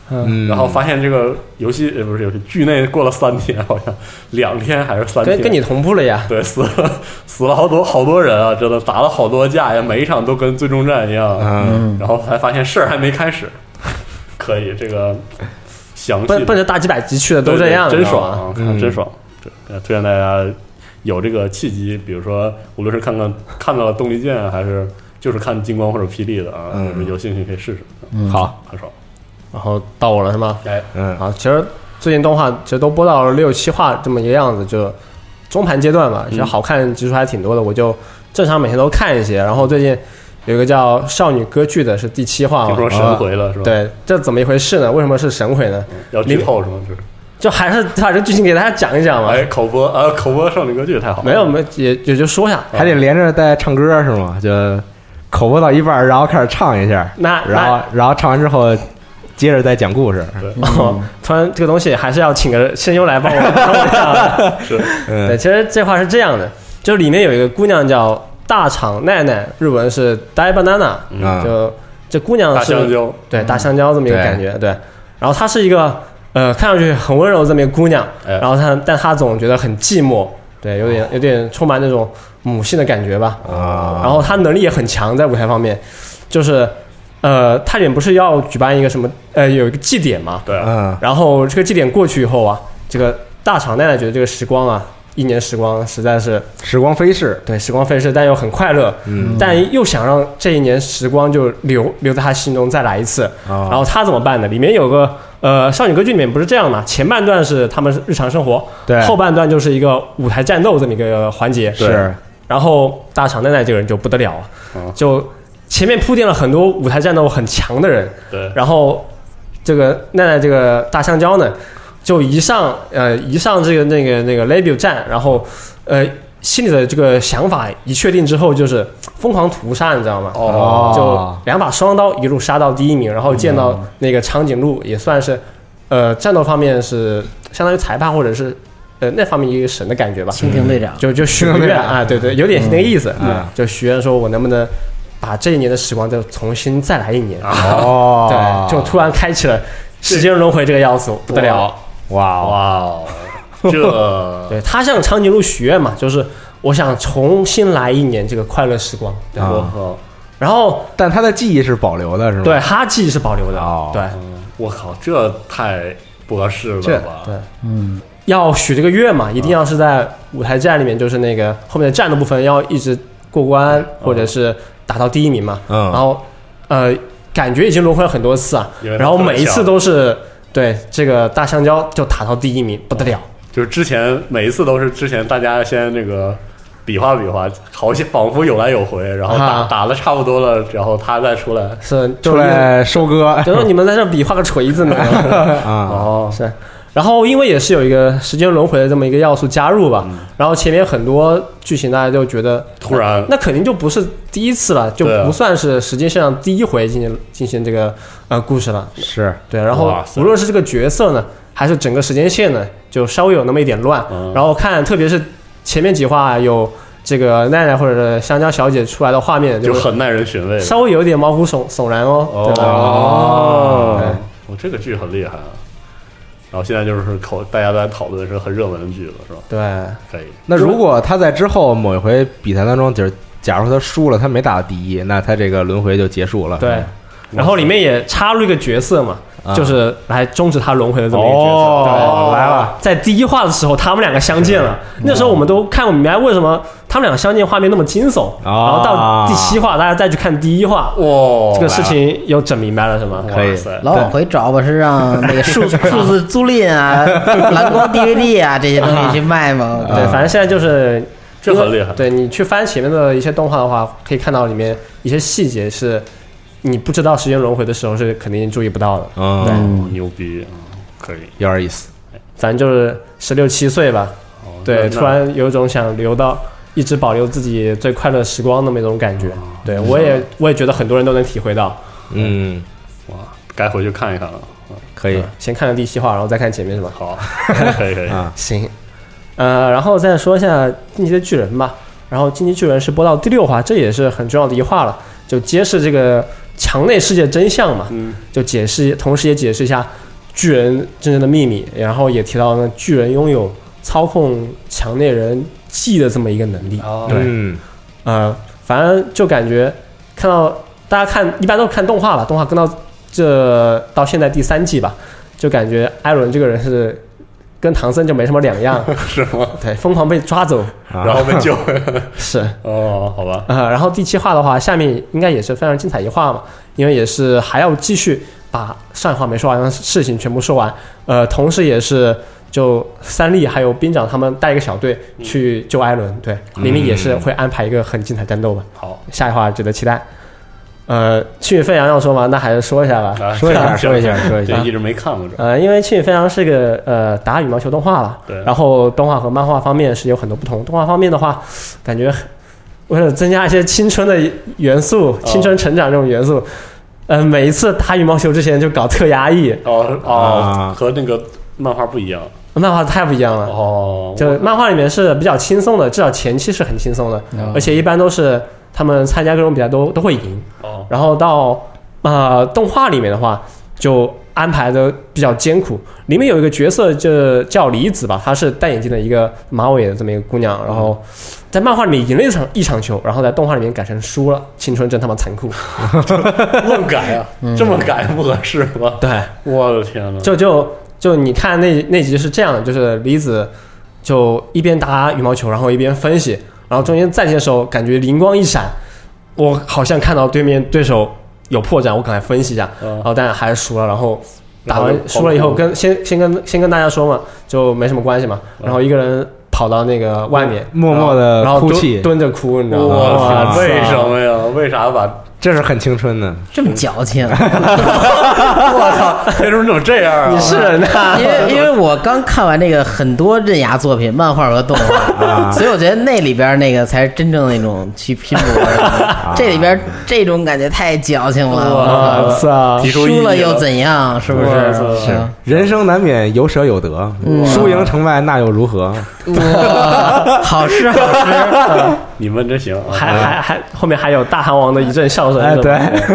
然后发现这个游戏不是游戏剧内过了3天，好像2天还是3天， 跟你同步了呀。 对，死了好多人啊，真的打了好多架呀，每一场都跟最终战一样。然后才发现事儿还没开始。可以，这个详细奔着大几百集去的都这样， 真爽啊！看真爽。推荐大家有这个契机，比如说无论是看到了动力舰，还是就是看金光或者霹雳的啊，有兴趣可以试试。 好， 很爽。 然后到我了是吗？ 好， 其实最近动画其实都播到了6、7话这么一个样子，就中盘阶段嘛，其实好看集数还挺多的，我就正常每天都看一些。然后最近有一个叫《少女歌剧》的是第7话嘛， 听说神回了是吧？ 对，这怎么一回事呢？为什么是神回呢？ 要剧透是吗？ 就还是把这剧情给大家讲一讲嘛。 口播少女歌剧太好了。 没有也就说一下， 还得连着带唱歌是吗？就口播到一半，然后开始唱一下，然后唱完之后接着再讲故事。 对， 突然这个东西还是要请个声优来帮我说一下。 是， 对，其实这话是这样的，就里面有一个姑娘叫大场奈奈，日文是 Dai Banana，就这姑娘是大香蕉， 对，大香蕉这么一个感觉，对。然后她是一个看上去很温柔这么一个姑娘，然后但她总觉得很寂寞，对，有点充满那种母性的感觉吧。然后她能力也很强，在舞台方面，就是她也不是要举办一个什么有一个祭典嘛， 对， 然后这个祭典过去以后啊，这个大场奈奈觉得这个时光啊。1年时光实在是时光飞逝， 对，时光飞逝，但又很快乐，但又想让这1年时光就留在他心中再来一次。然后他怎么办呢？里面有个少女歌剧里面不是这样嘛？前半段是他们日常生活， 对， 后半段就是一个舞台战斗这么一个环节。 是， 然后大场奈奈这个人就不得了，就前面铺垫了很多舞台战斗很强的人， 对， 然后这个奈奈这个大香蕉呢。就一上这个那个 label 站，然后心里的这个想法一确定之后，就是疯狂屠杀，你知道吗？就2把双刀一路杀到第1名，然后见到那个长颈鹿，也算是战斗方面是相当于裁判或者是那方面一个神的感觉吧。 蜻蜓队长就许个愿啊，对，有点那个意思，就许愿说我能不能把这1年的时光再重新再来1年。对，就突然开启了时间轮回这个要素，不得了。 哇， 这对他向长颈鹿许愿嘛，就是我想重新来1年这个快乐时光。然后， 但他的记忆是保留的，是吗？ 对，他记忆是保留的。对， 我靠，这太不合适了吧？ 对，要许这个愿嘛，一定要是在舞台战里面，就是那个后面的战斗部分要一直过关，或者是打到第1名嘛。然后感觉已经轮回了很多次啊，然后每一次都是。对，这个大香蕉就打到第1名，不得了。 就是之前每一次都是之前大家先那个比划，好像仿佛有来有回，然后打的差不多了，然后他再出来， 出来收割， 就说你们在这比划个锤子呢。是。然后因为也是有一个时间轮回的这么一个要素加入吧，然后前面很多剧情大家就觉得突然那肯定就不是第1次了，就不算是时间线上第1回进行这个故事了。 是对，然后无论是这个角色呢，还是整个时间线呢，就稍微有那么一点乱。然后看特别是前面几话有这个奈奈或者香蕉小姐出来的画面， 就很耐人寻味， 稍微有点毛骨悚然哦，对吧？ 这个剧很厉害啊。然后现在就是大家在讨论是很热门的剧了，是吧？ 对， 可以。 那如果他在之后某一回比赛当中，就是假如他输了，他没打到第1，那他这个轮回就结束了。 对。然后里面也插入一个角色嘛，就是来终止他轮回的这么一个角色。 对，来了。 在第1话的时候，他们2个相见了。那时候我们都看不明白为什么他们2个相见画面那么惊悚。然后到第7话，大家再去看第1话，这个事情又整明白了，是吗？ 可以。 老往回找吧，是让那个数字租赁啊、蓝光 DVD 啊这些东西去卖吗？ 对，反正现在就是这很厉害。 对，你去翻前面的一些动画的话，可以看到里面一些细节是。你不知道时间轮回的时候是肯定注意不到的。 牛逼，可以， 有点意思。 反正就是16、17岁吧，对，突然有一种想一直保留自己最快乐时光的那种感觉。对，我也觉得很多人都能体会到。 哇，该回去看一看了。 可以， 先看看第7话，然后再看前面是吧？ 好，可以行。然后再说一下《进击的巨人》吧。然后《进击巨人》是播到第6话，这也是很重要的一话了，就揭示这个墙内世界真相嘛，就解释，同时也解释一下巨人真正的秘密，然后也提到呢，巨人拥有操控墙内人记的这么一个能力。对，反正就感觉看到大家一般都看动画吧，动画跟到现在第3季吧，就感觉艾伦这个人是跟唐僧就没什么两样， 是吗？ 对，疯狂被抓走， 然后被救回来， 是好吧。 然后第7话的话，下面应该也是非常精彩一话嘛，因为也是还要继续把上一话没说完的事情全部说完，同时也是就三笠还有兵长他们带一个小队去救艾伦，对，里面也是会安排一个很精彩战斗吧。 好， 下一话值得期待。庆余飞扬要说吗？那还是说一下吧。 说一下。 一直没看过这。 因为庆余飞扬是个打羽毛球动画吧， 对。 然后动画和漫画方面是有很多不同。动画方面的话，感觉为了增加一些青春的元素，青春成长这种元素，每一次打羽毛球之前就搞特压抑。 和那个漫画不一样。 漫画太不一样了。就漫画里面是比较轻松的，至少前期是很轻松的，而且一般都是他们参加各种比赛都会赢。然后到动画里面的话，就安排的比较艰苦。里面有一个角色就叫李子吧，她是戴眼镜的一个马尾的这么一个姑娘，然后在漫画里面赢了一场球，然后在动画里面改成输了。青春真他妈残酷。 乱改啊，这么改不合适吗？ 对， 我的天哪！ 就你看那集是这样的，就是李子就一边打羽毛球，然后一边分析，然后中间暂停的时候感觉灵光一闪，我好像看到对手有破绽，我赶快分析一下，然后但还是输了，然后打完输了以后先跟大家说嘛，就没什么关系嘛，然后一个人跑到那个外面默默的哭泣， 蹲着哭，你知道吗？为什么呀？为啥把？ 这是很青春的， 这么矫情。 我操，为什么怎么这样啊？ 你是人呐！ 因为我刚看完这个很多刃牙作品，漫画和动画，所以我觉得那里边那个才是真正那种去拼搏的。这里边这种感觉太矫情了。 我操， 输了又怎样？是不是？ 是人生难免有舍有得，输赢成败那又如何？ 好吃。 你们真行， 还后面还有大汉王的一阵笑声。 对，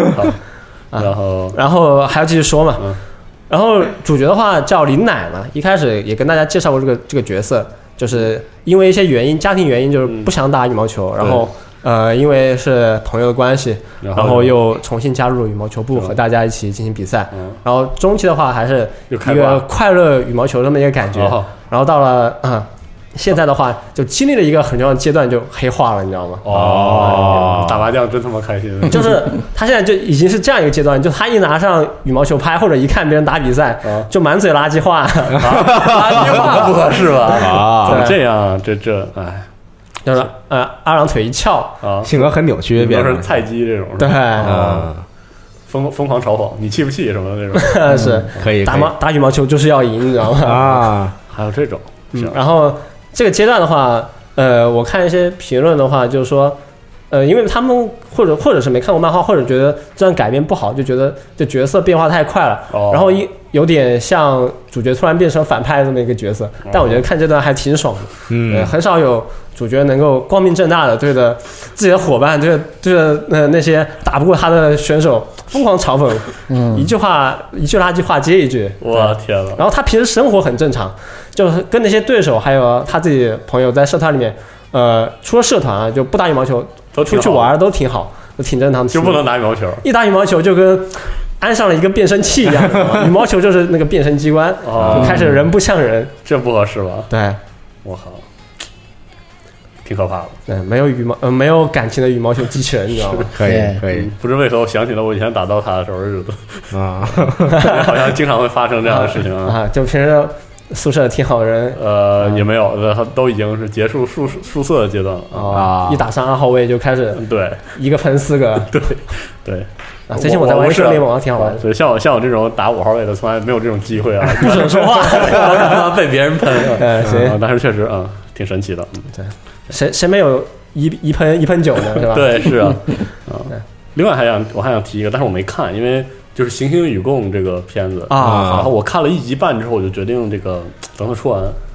然后还要继续说嘛。然后主角的话叫林乃嘛，一开始也跟大家介绍过这个角色，就是因为一些原因，家庭原因，就是不想打羽毛球，然后因为是朋友的关系，然后又重新加入了羽毛球部，和大家一起进行比赛。然后中期的话还是一个快乐羽毛球这么一个感觉。然后到了现在的话就经历了一个很重要的阶段，就黑化了，你知道吗？ 打麻将真他妈开心。 就是他现在就已经是这样一个阶段，就他一拿上羽毛球拍或者一看别人打比赛，就满嘴垃圾话。 垃圾话不合适吧？怎么这样？这哎， 就是阿郎腿一翘性格很扭曲， 变成菜鸡这种。 对， 疯狂嘲讽，你气不气什么的那种。 是可以打羽毛球就是要赢，你知道吗？ 还有这种。 然后这个阶段的话，我看一些评论的话，就是说，因为他们或者是没看过漫画，或者觉得这段改编不好，就觉得这角色变化太快了，然后有点像主角突然变成反派这么一个角色。但我觉得看这段还挺爽的，很少有主角能够光明正大的对着自己的伙伴，对着那些打不过他的选手疯狂嘲讽，一句垃圾话接一句。 我天哪！ 然后他平时生活很正常，就是跟那些对手还有他自己朋友在社团里面，除了社团啊，就不打羽毛球，出去玩都挺好，都挺正常的。 就不能打羽毛球， 一打羽毛球就跟安上了一个变声器一样，羽毛球就是那个变声机关，就开始人不像人， 这不合适吧？ 对， 我靠，挺可怕的。 对，没有感情的羽毛球机器人，你知道吗？ 可以。 不知为何我想起了我以前打DOTA的时候的日子啊，好像经常会发生这样的事情啊。 就平时宿舍挺好的人， 也没有，都已经是结束宿舍的阶段了啊。一打上2号位就开始， 对， 一个喷4个， 对。 最近我在玩射联盟，挺好玩的。 对，像我这种打5号位的，从来没有这种机会啊， 不准说话， 被别人喷。 行， 但是确实挺神奇的。 对，谁没有一喷9呢？是吧？ 对，是啊。另外我还想提一个，但是我没看，因为就是《行星与共》这个片子然后我看了1集半之后，我就决定这个等它出完，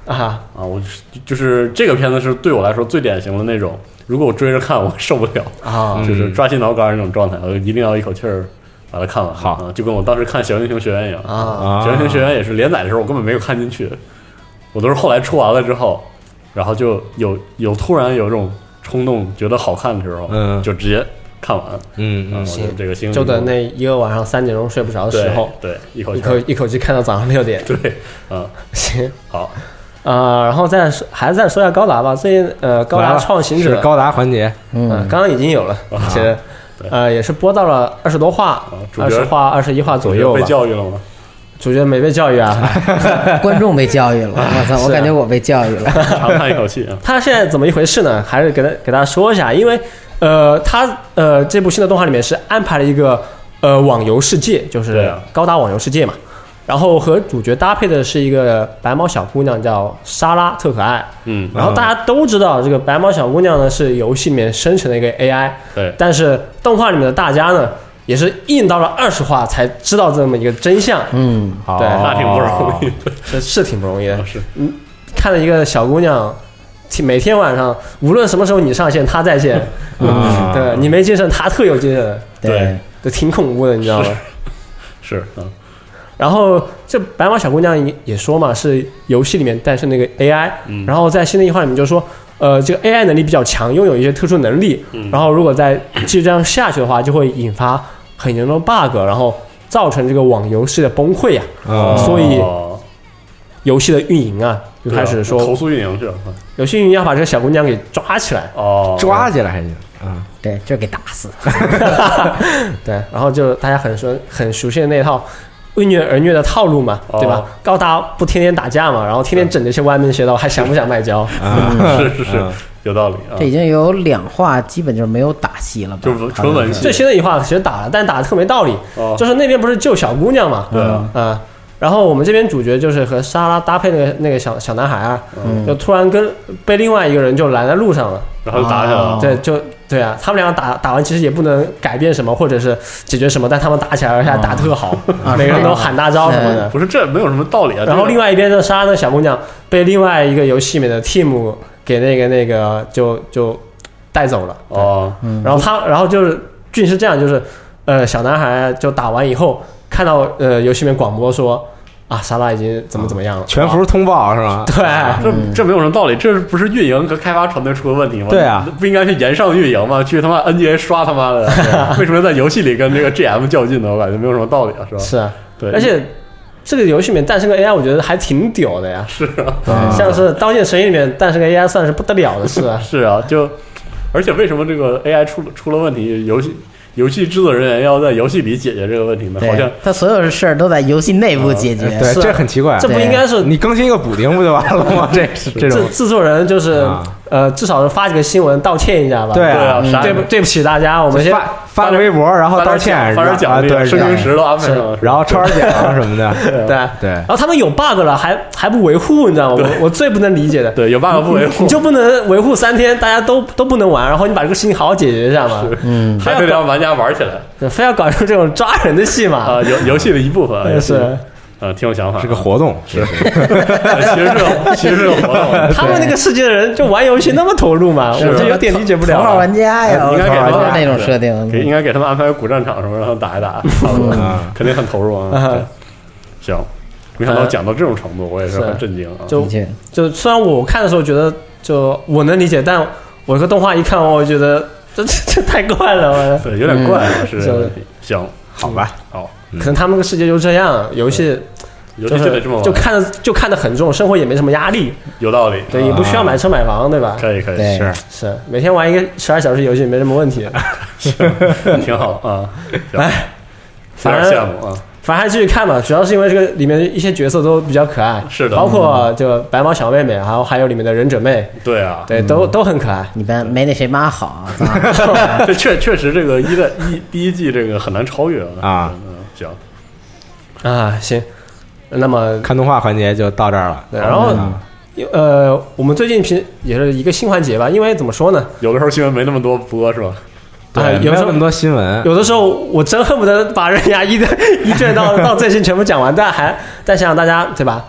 我就是这个片子是对我来说最典型的那种，如果我追着看我受不了就是抓心挠肝那种状态，我一定要一口气儿把它看完。 好， 就跟我当时看小英雄学院一样小英雄学院也是连载的时候我根本没有看进去，我都是后来出完了之后，然后就有突然有这种冲动觉得好看的时候就直接看完。 行， 这个星就等那一个晚上3点钟睡不着的时候， 对，一口气看到早上6点。 对， 行， 好。 然后再说一下高达吧。最近高达创行者是高达环节， 刚刚已经有了，其实也是播到了20多话，20话21话左右吧。 被教育了吗？ 主角没被教育啊， 观众被教育了。我操，我感觉我被教育了。 长叹一口气啊！ 他现在怎么一回事呢？还是给大家说一下，因为他这部新的动画里面是安排了一个网游世界，就是高达网游世界嘛。然后和主角搭配的是一个白毛小姑娘，叫莎拉，特可爱。然后大家都知道这个白毛小姑娘呢是游戏里面生成的一个 AI， 对。 但是动画里面的大家呢，也是硬到了20话才知道这么一个真相。对， 那挺不容易的，是挺不容易的。 是， 看了一个小姑娘，每天晚上无论什么时候你上线，她在线。对，你没精神，她特有精神。 对， 就挺恐怖的，你知道吗？ 是。 然后这白毛小姑娘也说嘛，是游戏里面诞生的一个 AI，然后在新的一话里面就说，这个 AI 能力比较强，拥有一些特殊能力，然后如果再继续这样下去的话，就会引发很严重的 bug， 然后造成这个网游戏的崩溃所以游戏的运营就开始说投诉运营去了， 游戏运营要把这个小姑娘给抓起来， 抓起来还行对，就给打死。 对，然后就大家很熟悉的那套为虐而虐的套路嘛，对吧？高达不天天打架嘛，然后天天整这些歪门邪道，还想不想卖胶？ 是，有道理这已经有2话，基本就没有打戏了吧？ 就是纯文戏。 最新的一话其实打了，但打的特没道理。就是那边不是救小姑娘嘛？ 对然后我们这边主角就是和莎拉搭配那个小男孩就突然被另外一个人就拦在路上了， 然后就打起来了。 对啊，他们两个打完其实也不能改变什么或者是解决什么，但他们打起来而且还打特好，每个人都喊大招什么的。 不是，这没有什么道理啊。 然后另外一边的莎拉的小姑娘被另外一个游戏里面的 team 给那个就带走了。然后就是剧情是这样，就是小男孩就打完以后看到游戏里面广播说莎拉已经怎么样了， 全服通报是吧？ 对， 这没有什么道理，这不是运营和开发团队出的问题吗？ 对啊， 不应该去延上运营吗？去他妈 NGA 刷他妈的，为什么在游戏里跟这个 GM 较劲呢？我感觉没有什么道理是吧？ 是对， 而且这个游戏里面诞生个 AI， 我觉得还挺屌的呀。 是像是《刀剑神域》里面诞生个 AI， 算是不得了的事是啊，而且为什么这个 AI 出了问题，游戏制作人员要在游戏里解决这个问题呢？好像他所有的事儿都在游戏内部解决。 对，这很奇怪。 这不应该是你更新一个补丁不就完了吗？这种制作人就是至少是发几个新闻道歉一下吧。 对啊， 对不起大家，我们先发个微博，然后道歉， 发点奖励，生命石都安排上了， 然后抽点奖什么的。对。 然后他们有 bug 了，还不维护，你知道吗？我最不能理解的。 对，有 bug 不维护， 你就不能维护3天，大家都不能玩，然后你把这个事情好好解决一下嘛？ 还得让玩家玩起来， 非要搞出这种抓人的戏嘛？ 游戏的一部分是。 挺有想法， 是个活动， 其实是个活动。 他们那个世界的人就玩游戏那么投入嘛，我就有点理解不了。 头号玩家呀， 应该给他们那种设定， 应该给他们安排个古战场什么，让他们打一打，肯定很投入啊。行，没想到讲到这种程度，我也是很震惊啊。 就虽然我看的时候觉得就我能理解，但我这个动画一看，我觉得这太怪了， 对，有点怪啊，是这个问题。行， 好吧， 好。 可能他们那个世界就这样，游戏就看得很重，生活也没什么压力， 有道理。 对，也不需要买车买房，对吧？ 可以， 是，每天玩一个12小时游戏没什么问题， 挺好啊。 哎， 反正羡慕啊。 反正还继续看吧，主要是因为这个里面的一些角色都比较可爱， 是的， 包括这白毛小妹妹，还有里面的忍者妹， 对啊， 对，都很可爱。 你没那谁妈好这确实这个第一季这个很难超越啊。行行，那么看动画环节就到这儿了。 对，然后我们最近也是一个新环节吧，因为怎么说呢， 有的时候新闻没那么多播是吧？ 对，没有那么多新闻。 有的时候我真恨不得把刃牙一卷到最新全部讲完，但想想大家对吧？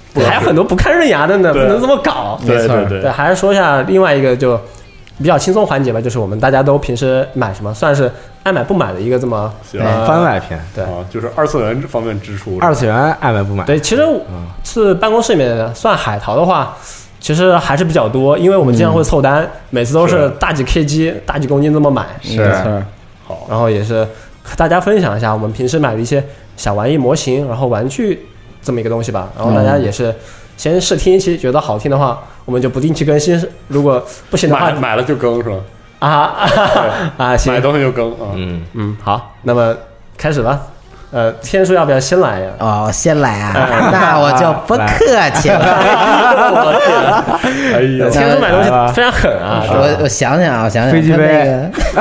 还有很多不看刃牙的呢，不能这么搞。 对对对， 还是说一下另外一个就比较轻松环节吧，就是我们大家都平时买什么，算是爱买不买的一个这么番外篇。 对就是二次元方面支出。 二次元爱买不买？ 对，其实是办公室里面算海淘的话。其实还是比较多，因为我们经常会凑单，每次都是大几 kg、大几公斤这么买。 是， 好，然后也是和大家分享一下我们平时买的一些小玩意、模型，然后玩具这么一个东西吧。然后大家也是先试听一期，觉得好听的话，我们就不定期更新；如果不行的话， 买了就更是吧？ 行， 买东西就更啊。 好，那么开始吧。天叔要不要先来呀？ 哦，先来啊，那我就不客气了。 哎呀， 天叔买东西非常狠啊！ 我想想， 飞机杯，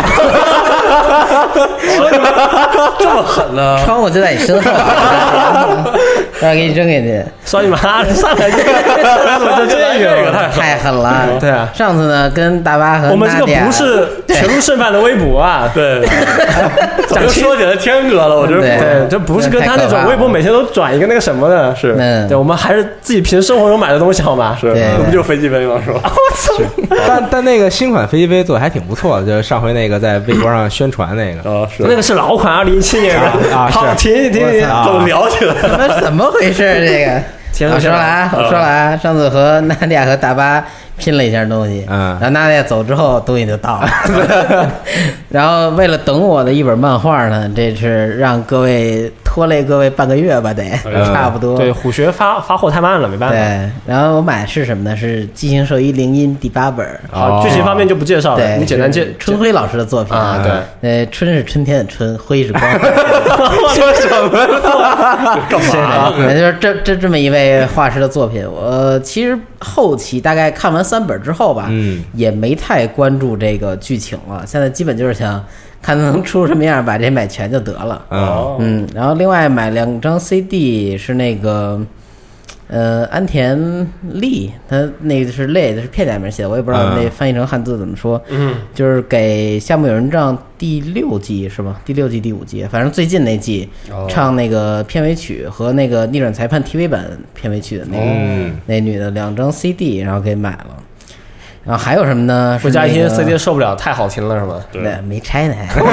这么狠呢？ 窗户就在你身后，让给你扔给你。 说你妈上来就这个太狠了。 对啊， 上次呢跟大巴和我们这个不是全路胜办的微博啊， 对，早就说起来天哥了，我觉得对，这不是跟他那种微博每天都转一个那个什么的，是，对，我们还是自己平时生活中买的东西好吗？ 是，这不就飞机杯吗？是吧？ 我操！但那个新款飞机杯做的还挺不错的，就上回那个在微博上宣传那个， 是那个是老款2017年的啊。 好，停，怎么聊起来了？ 怎么回事？这个。我说了啊，上次和娜迪亚和大巴拼了一下东西，然后娜迪亚走之后东西就到了，然后为了等我的一本漫画呢，这是让各位拖累各位半个月吧，得差不多。 对，虎穴发货太慢了，没办法。 对，然后我买的是什么呢？是《畸形兽医灵音》第8本。 好，剧情方面就不介绍了， 对， 你简单介。 春晖老师的作品啊， 对，春是春天的春，晖是光。 说什么？ 干嘛？ 就是这么一位画师的作品，我其实后期大概看完3本之后吧，也没太关注这个剧情了。现在基本就是想看能出什么样，把这买全就得了。然后另外买2张 CD 是那个安田利，他那个是类的是片假名写的，我也不知道那翻译成汉字怎么说。就是给夏目友人帐第6季是吧？第6季第5季，反正最近那季唱那个片尾曲和那个逆转裁判 TV 版片尾曲的那个那女的2张 CD， 然后给买了。然后还有什么呢？ 回家一听 CD 受不了，太好听了是吧？ 对，没拆呢，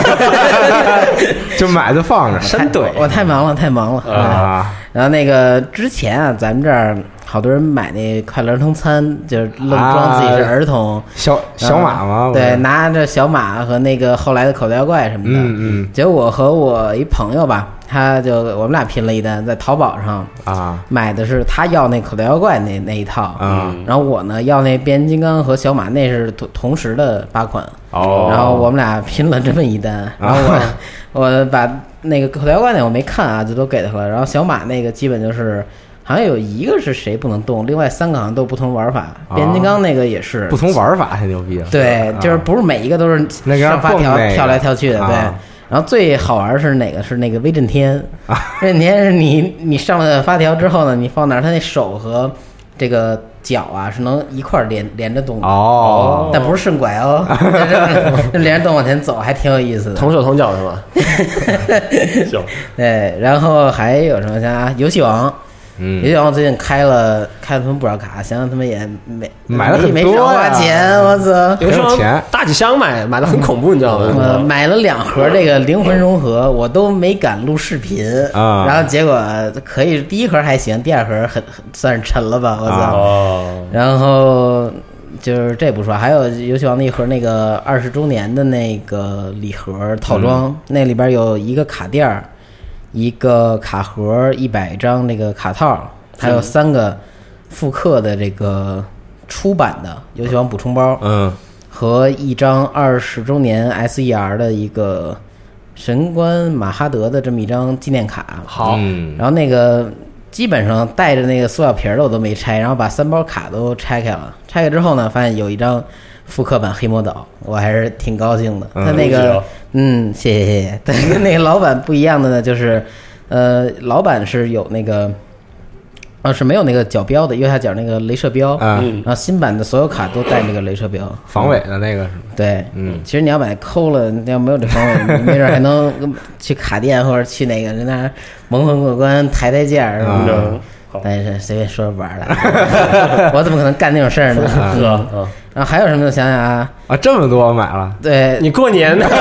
就买就放着。 真对， 我太忙了啊！然后那个之前啊，咱们这儿好多人买那快乐儿童餐，就是愣装自己是儿童小马嘛， 对，拿着小马和那个后来的口袋妖怪什么的。结果我和我一朋友吧，我们俩拼了一单，在淘宝上买的是他要那口袋妖怪那一套然后我呢要那变形金刚和小马，那是同时的8款然后我们俩拼了这么一单，然后我把那个口袋妖怪那我没看啊，就都给他了。然后小马那个基本就是好像有一个是谁不能动，另外3个好像都不同玩法。变形金刚那个也是不同玩法，太牛逼了。 对，就是不是每一个都是上发条跳来跳去的。对，然后最好玩是哪个？是那个威震天。威震天是你上了发条之后呢，你放那儿，他那手和这个脚啊是能一块连着动的但不是顺拐连着动往前走，还挺有意思的。 同手同脚是吧？ 对，然后还有什么像游戏王。游戏王最近开了他们不少卡，想他们也买了很多没少花钱，我操！ 游戏王大几箱买的很恐怖，你知道吗？ 买了2盒这个灵魂融合，我都没敢录视频然后结果可以，第1盒还行，第2盒很算是沉了吧，我操！然后就是这不说，还有游戏王的一盒那个20周年的那个礼盒套装，那里边有一个卡垫一个卡盒100张那个卡套，还有3个复刻的这个出版的游戏王补充包，和1张20周年 SER 的一个神官马哈德的这么一张纪念卡。 好， 然后那个基本上带着那个塑料皮的我都没拆，然后把3包卡都拆开了。拆开之后呢，发现有一张复刻版黑魔岛，我还是挺高兴的。他那个谢谢。但跟那个老版不一样的呢，就是老版是有那个是没有那个角标的，右下角那个镭射标然后新版的所有卡都带那个镭射标， 防伪的那个是吗？ 对，其实你要买抠了，你要没有这防伪，没准还能去卡店或者去那个人那蒙混过关抬抬价什么的。 但是随便说着玩的，我怎么可能干那种事儿呢？然后还有什么？想想啊， 这么多买了， 对你过年的，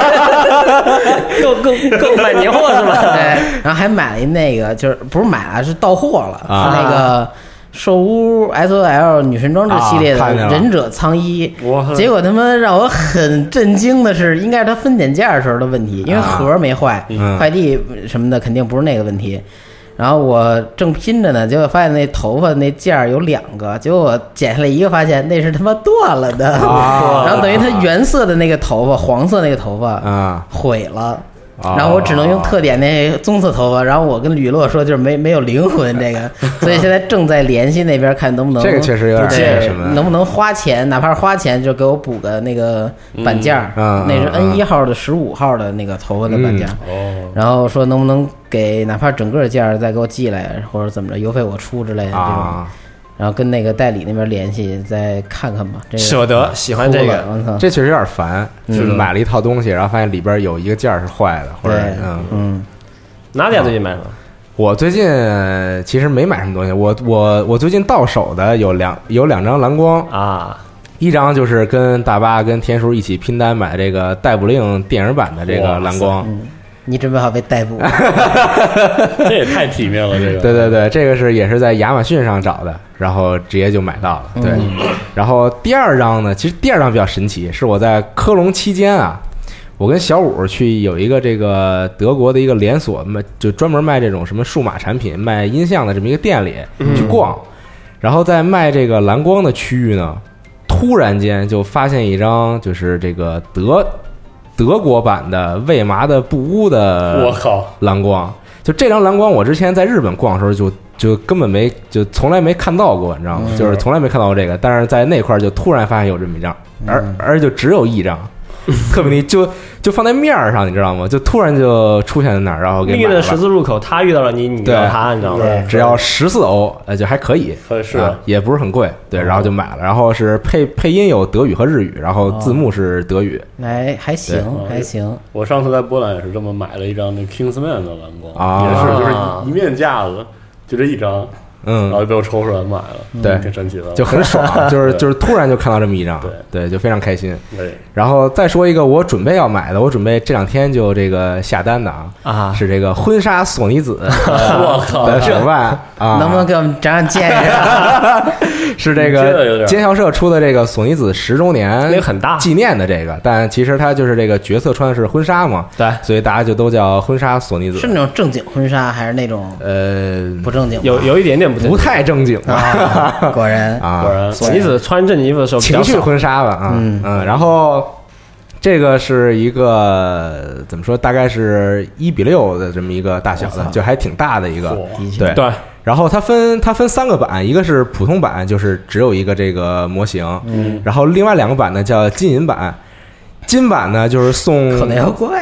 够买年货是吧？ 对，然后还买了一那个，就是不是买了，是到货了，是那个。兽屋 SOL 女神装置系列的忍者苍衣，结果他妈让我很震惊的是，应该是他分拣件的时候的问题，因为盒没坏，快递什么的肯定不是那个问题。然后我正拼着呢，结果发现那头发那件有2个，结果我剪下来一个，发现那是他妈断了的，然后等于它原色的那个头发，黄色那个头发毁了。然后我只能用特点那棕色头发，然后我跟吕洛说就是没有灵魂这个，所以现在正在联系那边看能不能这个确实有点什么， 能不能花钱，哪怕是花钱就给我补个那个板件那是 N1 号的15号的那个头发的板件然后说能不能给哪怕整个件再给我寄来，或者怎么着邮费我出之类的这种。然后跟那个代理那边联系，再看看吧。这个舍得喜欢这个， 这确实有点烦。就是买了一套东西，然后发现里边有一个件是坏的，或者哪家最近买什么？ 我最近其实没买什么东西。我最近到手的有两张蓝光啊， 一张就是跟大巴跟天叔一起拼单买这个逮捕令电影版的这个蓝光。 你准备好被逮捕？ 这也太体面了，这个。 对，这个也是在亚马逊上找的，然后直接就买到了。对，然后第二张呢，其实第二张比较神奇，是我在科隆期间啊，我跟小五去有一个这个德国的一个连锁就专门卖这种什么数码产品、卖音像的这么一个店里去逛，然后在卖这个蓝光的区域呢，突然间就发现一张就是这个德国版的魏麻的布屋的蓝光，就这张蓝光，我之前在日本逛的时候就根本从来没看到过，你知道吗？就是从来没看到过这个，但是在那块就突然发现有这么一张，而就只有一张，特别就放在面上，你知道吗？就突然就出现在那儿，然后给买了。 命运的十字路口，他遇到了你，你遇到他，你知道吗？ 只要14欧，就还可以， 是也不是很贵，对，然后就买了。然后是配音有德语和日语，然后字幕是德语， 还行还行。 我上次在波兰也是这么买了一张那 Kingsman 的蓝光，也是就是一面架子，就这一张。然后就被我抽出来买了， 对， 挺神奇的， 就很爽，就是突然就看到这么一张，对，就非常开心。 对， 然后再说一个我准备要买的，我准备这2天就这个下单的啊，是这个婚纱索尼子， 我靠， 的手办啊， 能不能给我们长长见识？ 是这个尖校社出的这个索尼子10周年那个很大纪念的这个，但其实它就是这个角色穿的是婚纱嘛， 对， 所以大家就都叫婚纱索尼子。 是那种正经婚纱还是那种不正经？ 有一点点不太正经啊，果然啊， 索尼子穿正经衣服的时候情绪婚纱吧啊，然后这个是一个怎么说，大概是1:6的这么一个大小的，就还挺大的一个，对。然后它分3个版，一个是普通版，就是只有一个这个模型，然后另外2个版呢叫金银版。金版呢，就是送可能要怪，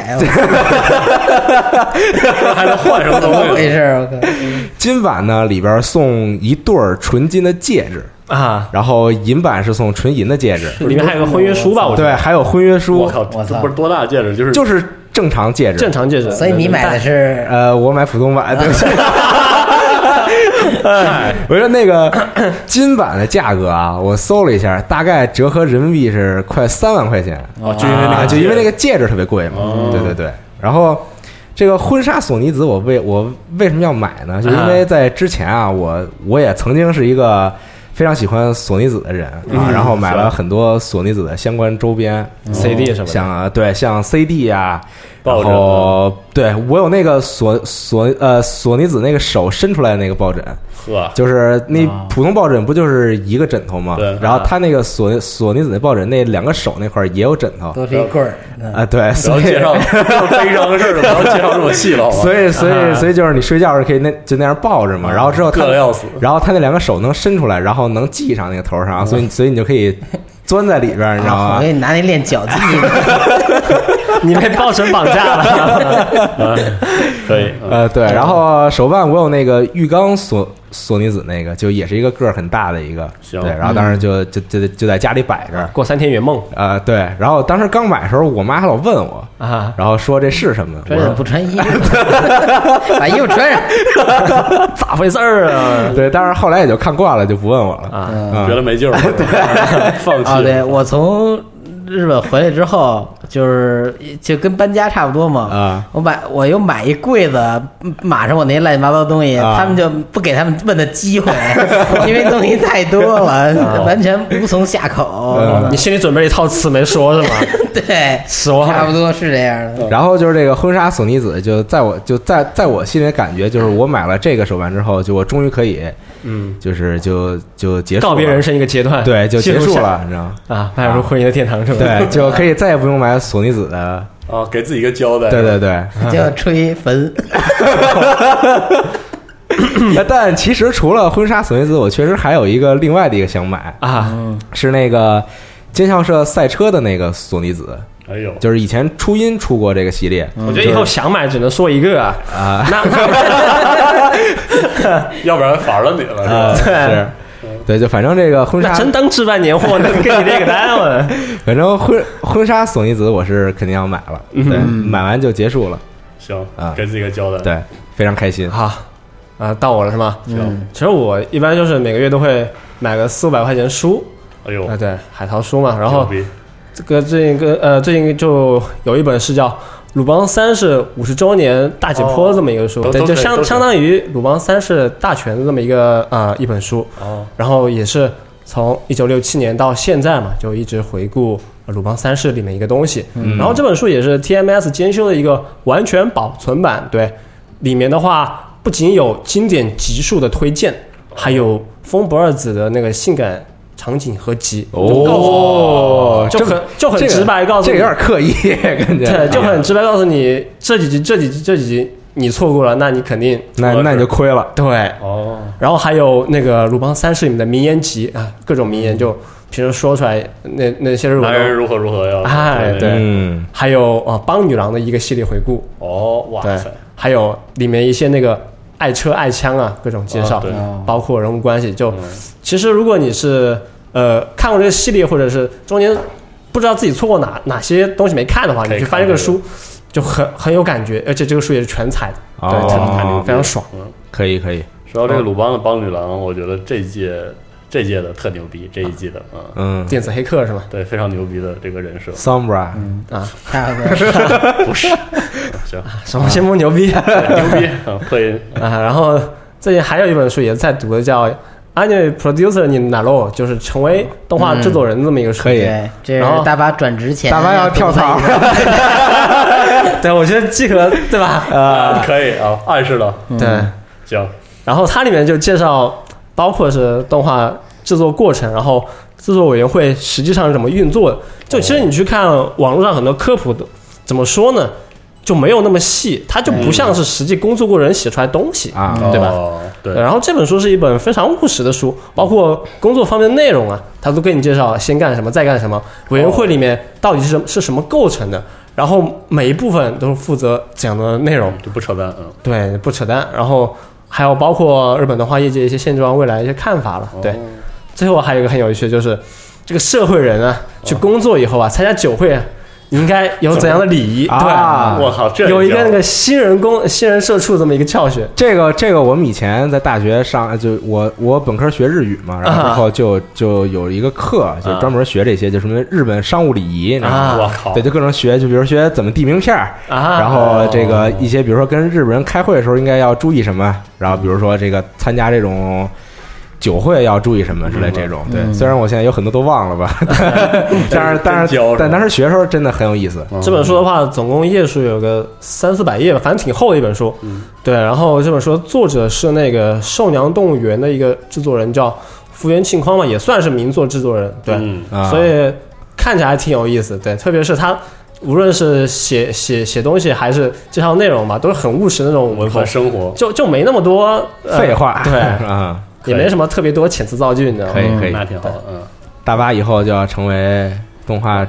还能换什么东西？ 回事？ 金版呢里边送一对纯金的戒指啊， 然后银版是送纯银的戒指， 里面还有个婚约书吧？ 对，还有婚约书。 我靠，这不是多大的戒指， 就是正常戒指， 正常戒指。 所以你买的是我买普通版，对不起。我说那个金版的价格啊，我搜了一下，大概折合人民币是快3万块钱就因为那个戒指特别贵嘛，对。然后这个婚纱索尼子，我为什么要买呢？就因为在之前啊，我也曾经是一个非常喜欢索尼子的人啊，然后买了很多索尼子的相关周边 CD 什么的，像 CD 啊，然后对我有那个索尼子那个手伸出来的那个抱枕，就是那普通抱枕不就是一个枕头吗？ 对， 然后他那个索尼子那抱枕那2个手那块也有枕头， 都是一棍儿啊，对， 所以介绍悲伤的事儿，不要介绍这么细了， 所以就是你睡觉时可以那样抱着嘛，然后之后他然后他那2个手能伸出来，然后能系上那个头上，所以你就可以钻在里边，你知道吗？ 我给你拿那练脚技你被暴神绑架了。 可以， 对，然后手办我有那个浴缸索尼子那个，就也是一个个儿很大的一个， 行， 对，然后当时就在家里摆着， 过3天圆梦对，然后当时刚买的时候，我妈还老问我啊， 然后说这是什么？ 穿着不穿衣服，把衣服穿上， 咋回事儿啊？ 对，但是后来也就看惯了，就不问我了啊， 觉得没劲儿，放弃。 对，我从日本回来之后，就跟搬家差不多嘛。 啊， 我又买一柜子，码上我那些乱七八糟的东西，他们就不给他们问的机会，因为东西太多了，完全无从下口。 你心里准备了一套词没说是吗？ 对，差不多是这样的。 然后就是这个婚纱索尼子，在我心里感觉就是我买了这个手办之后，就我终于可以。就是就结束了， 告别人生一个阶段， 对，就结束了，你知道吗？ 啊，迈入婚姻的殿堂是吧？ 对，就可以再也不用买索尼子的啊，给自己一个交代。 对对对， 叫吹坟。 但其实除了婚纱索尼子，我确实还有另外的一个想买啊，是那个尖校社赛车的那个索尼子。 哎呦， 就是以前初音出过这个系列， 我觉得以后想买只能说一个啊， 要不然反了你了是吧？ 是，对，就反正这个婚纱真当置办年货，能给你这个单了。 反正婚纱索尼子我是肯定要买了，对，买完就结束了。 行啊，给自己一个交代， 对，非常开心。 好，到我了是吗？ 行， 其实我一般就是每个月都会买个400-500块钱书， 哎呦， 对，海淘书嘛，然后。这个最近就有一本是叫《鲁邦三世50周年大解剖》这么一个书，对，就相当于鲁邦三世大全的这么一本书。然后也是从1967年到现在嘛，就一直回顾鲁邦三世里面一个东西。然后这本书也是 TMS 监修的一个完全保存版，对，里面的话不仅有经典集数的推荐，还有风不二子的那个性感场景合集，就很直白告诉你， 这有点刻意，感觉对，就很直白告诉你这几集你错过了，那你肯定那你就亏了。 对，然后还有那个鲁邦三世里面的名言集啊，各种名言就平时说出来那些日文， 男人如何要， 哎，对，还有帮女郎的一个系列回顾， 哇塞， 还有里面一些那个爱车爱枪啊各种介绍，包括人物关系，就其实如果你是看过这个系列，或者是中间不知道自己错过哪些东西没看的话，你去翻这个书就很有感觉，而且这个书也是全彩的，对，非常爽。 可以。 说到这个鲁邦的帮女郎，我觉得这届的特牛逼，这一季的电子黑客是吧？ 对，非常牛逼的这个人设。 Sombra， 不是，行， 什么先锋牛逼， 牛逼可以啊。然后最近还有一本书也是在读的，叫Anime Producer in Naro， 就是成为动画制作人这么一个书。 可以， 这是大巴转职前， 大巴要跳槽。 对，我觉得既可对吧？ 可以啊，暗示了。 对， 行。 然后它里面就介绍，包括是动画制作过程，然后制作委员会实际上是怎么运作的。就其实你去看网络上很多科普的，怎么说呢？就没有那么细，它就不像是实际工作过人写出来的东西啊，对吧？ 对。 然后这本书是一本非常务实的书，包括工作方面的内容啊，它都给你介绍先干什么，再干什么，委员会里面到底是什么构成的，然后每一部分都是负责讲的内容， 就不扯淡， 对，不扯淡。然后还有包括日本动画业界一些现状未来一些看法了，对。最后还有一个很有趣，就是这个社会人啊，去工作以后啊，参加酒会啊。应该有怎样的礼仪？对， 我靠，这有一个那个新人社畜这么一个教学。 这个我们以前在大学上，就我本科学日语嘛，然后之后就有一个课，就专门学这些，就什么日本商务礼仪， 我靠， 对，就各种学，就比如学怎么递名片然后这个一些比如说跟日本人开会的时候应该要注意什么，然后比如说这个参加这种。酒会要注意什么之类这种，对，虽然我现在有很多都忘了吧，但当时学的时候真的很有意思。 这本书的话，总共页数有个300-400页吧，反正挺厚的一本书。对，然后这本书的作者是那个寿娘动物园的一个制作人，叫福原庆匡嘛，也算是名作制作人。对，所以看起来还挺有意思。对，特别是他无论是写东西还是介绍内容吧，都是很务实的那种文化生活， 就没那么多废话。 对啊。也没什么特别多遣词造句，你知道吗？ 可以， 那挺好的。 大巴以后就要成为动画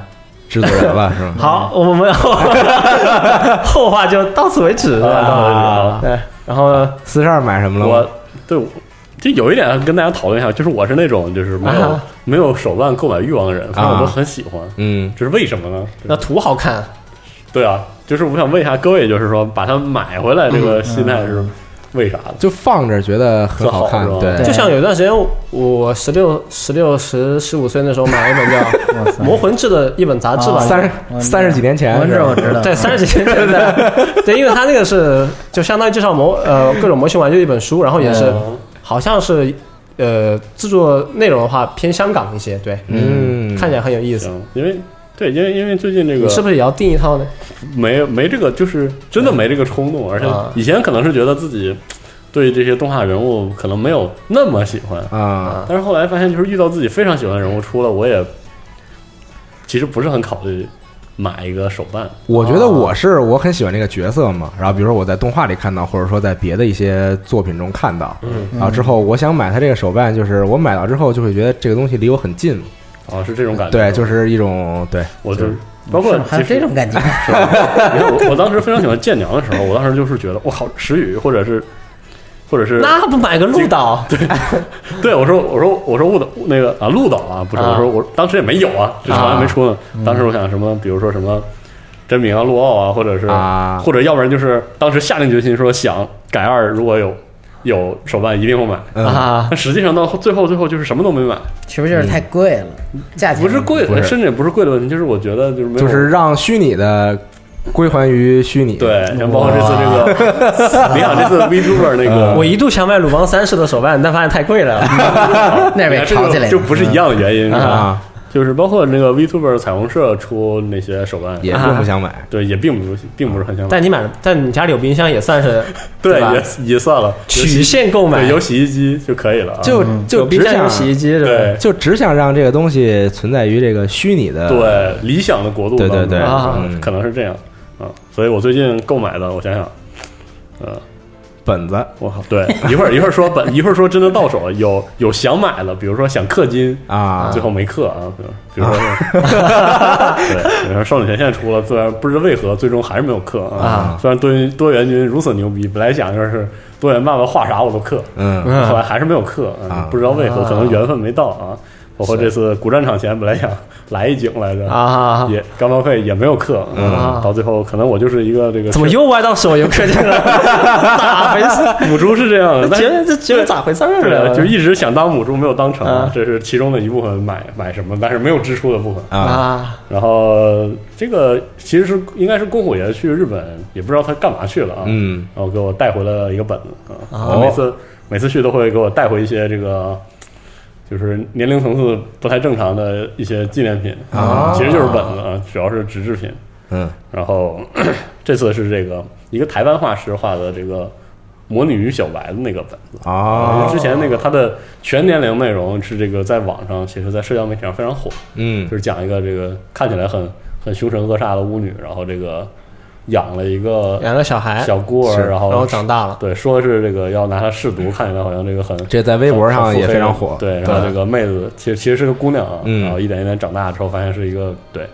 制作人了，是吗？ 好，我们后话就到此为止啊。对，然后 42买什么了？ 我对。就有一点跟大家讨论一下，就是我是那种就是没有手办购买欲望的人，反正我都很喜欢。这是为什么呢？ 那图好看。对啊，就是我想问一下各位，就是说把它买回来这个心态是为啥？ 就放着觉得很好看，对。 就像有段时间我15岁那时候买了一本叫《魔魂志》的一本杂志吧 ，30几年前， 我知道， 对，30几年前对，因为它那个是就相当于介绍各种模型玩具的一本书，然后也是。好像是，制作内容的话偏香港一些，对，看起来很有意思。 因为最近这个， 你是不是也要订一套呢？ 没这个，就是真的没这个冲动，而且以前可能是觉得自己对这些动画人物可能没有那么喜欢啊，但是后来发现，就是遇到自己非常喜欢的人物出了，我也其实不是很考虑。买一个手办， 我觉得我很喜欢这个角色嘛，然后比如说我在动画里看到，或者说在别的一些作品中看到，然后之后我想买它这个手办，就是我买到之后就会觉得这个东西离我很近， 是这种感觉， 对，就是一种对， 我就是包括还有这种感觉， 我当时非常喜欢剑娘的时候，我当时就是觉得我靠，石宇或者是那不买个鹿岛？ 对，我说鹿岛那个鹿岛啊，不是，我说我当时也没有啊，这船还没出呢。当时我想什么，比如说什么真名啊、陆奥啊，或者是或者要不然就是当时下定决心说想改2，如果有手办一定会买啊。但实际上到最后就是什么都没买， 是不是就是太贵了？价钱不是贵，甚至也不是贵的问题，就是我觉得就是没有， 就是让虚拟的。归还于虚拟， 对，像包括这次这个，你想这次 VTuber 那个， 我一度想买鲁邦30的手办，但发现太贵了， 那边吵起来， 就不是一样的原因啊。就是包括那个 VTuber 彩虹社出那些手办， 也并不想买， 对，也并不是很想买。 但你家里有冰箱也算是， 对，也算了， 曲线购买， 有洗衣机就可以了， 就冰箱有洗衣机， 对， 就只想让这个东西存在于这个虚拟的， 对，理想的国度， 对， 可能是这样。所以我最近购买的，我想想， 本子， 我靠，对，一会儿说一会儿说真的到手，有想买的，比如说想氪金啊，最后没氪啊，比如说对，比如说少女前线出了，虽然不知为何最终还是没有氪啊，虽然多元君如此牛逼，本来想就是多元爸爸画啥我都氪，后来还是没有氪啊，不知道为何，可能缘分没到啊。包括这次古战场前本来想来一景来着啊，也刚报废也没有氪，到最后可能我就是一个这个怎么又歪到手游氪金了？咋回事？ 母猪是这样的， 这觉得咋回事就一直想当母猪没有当成，这是其中的一部分买什么，但是没有支出的部分啊。然后这个其实是应该是宫虎爷去日本，也不知道他干嘛去了啊，然后给我带回了一个本子啊，每次去都会给我带回一些这个。就是年龄层次不太正常的一些纪念品啊，其实就是本子啊，主要是纸制品。然后这次是这个一个台湾画师画的这个魔女与小白的那个本子啊，之前那个它的全年龄内容是这个在网上，其实在社交媒体上非常火。就是讲一个这个看起来很凶神恶煞的巫女，然后这个。养了小孩小孤儿，然后长大了。 对，说是这个要拿它试毒，看起来好像这个这在微博上也非常火。 对，然后这个妹子其实是个姑娘啊，然后一点一点长大之后，发现是一个对，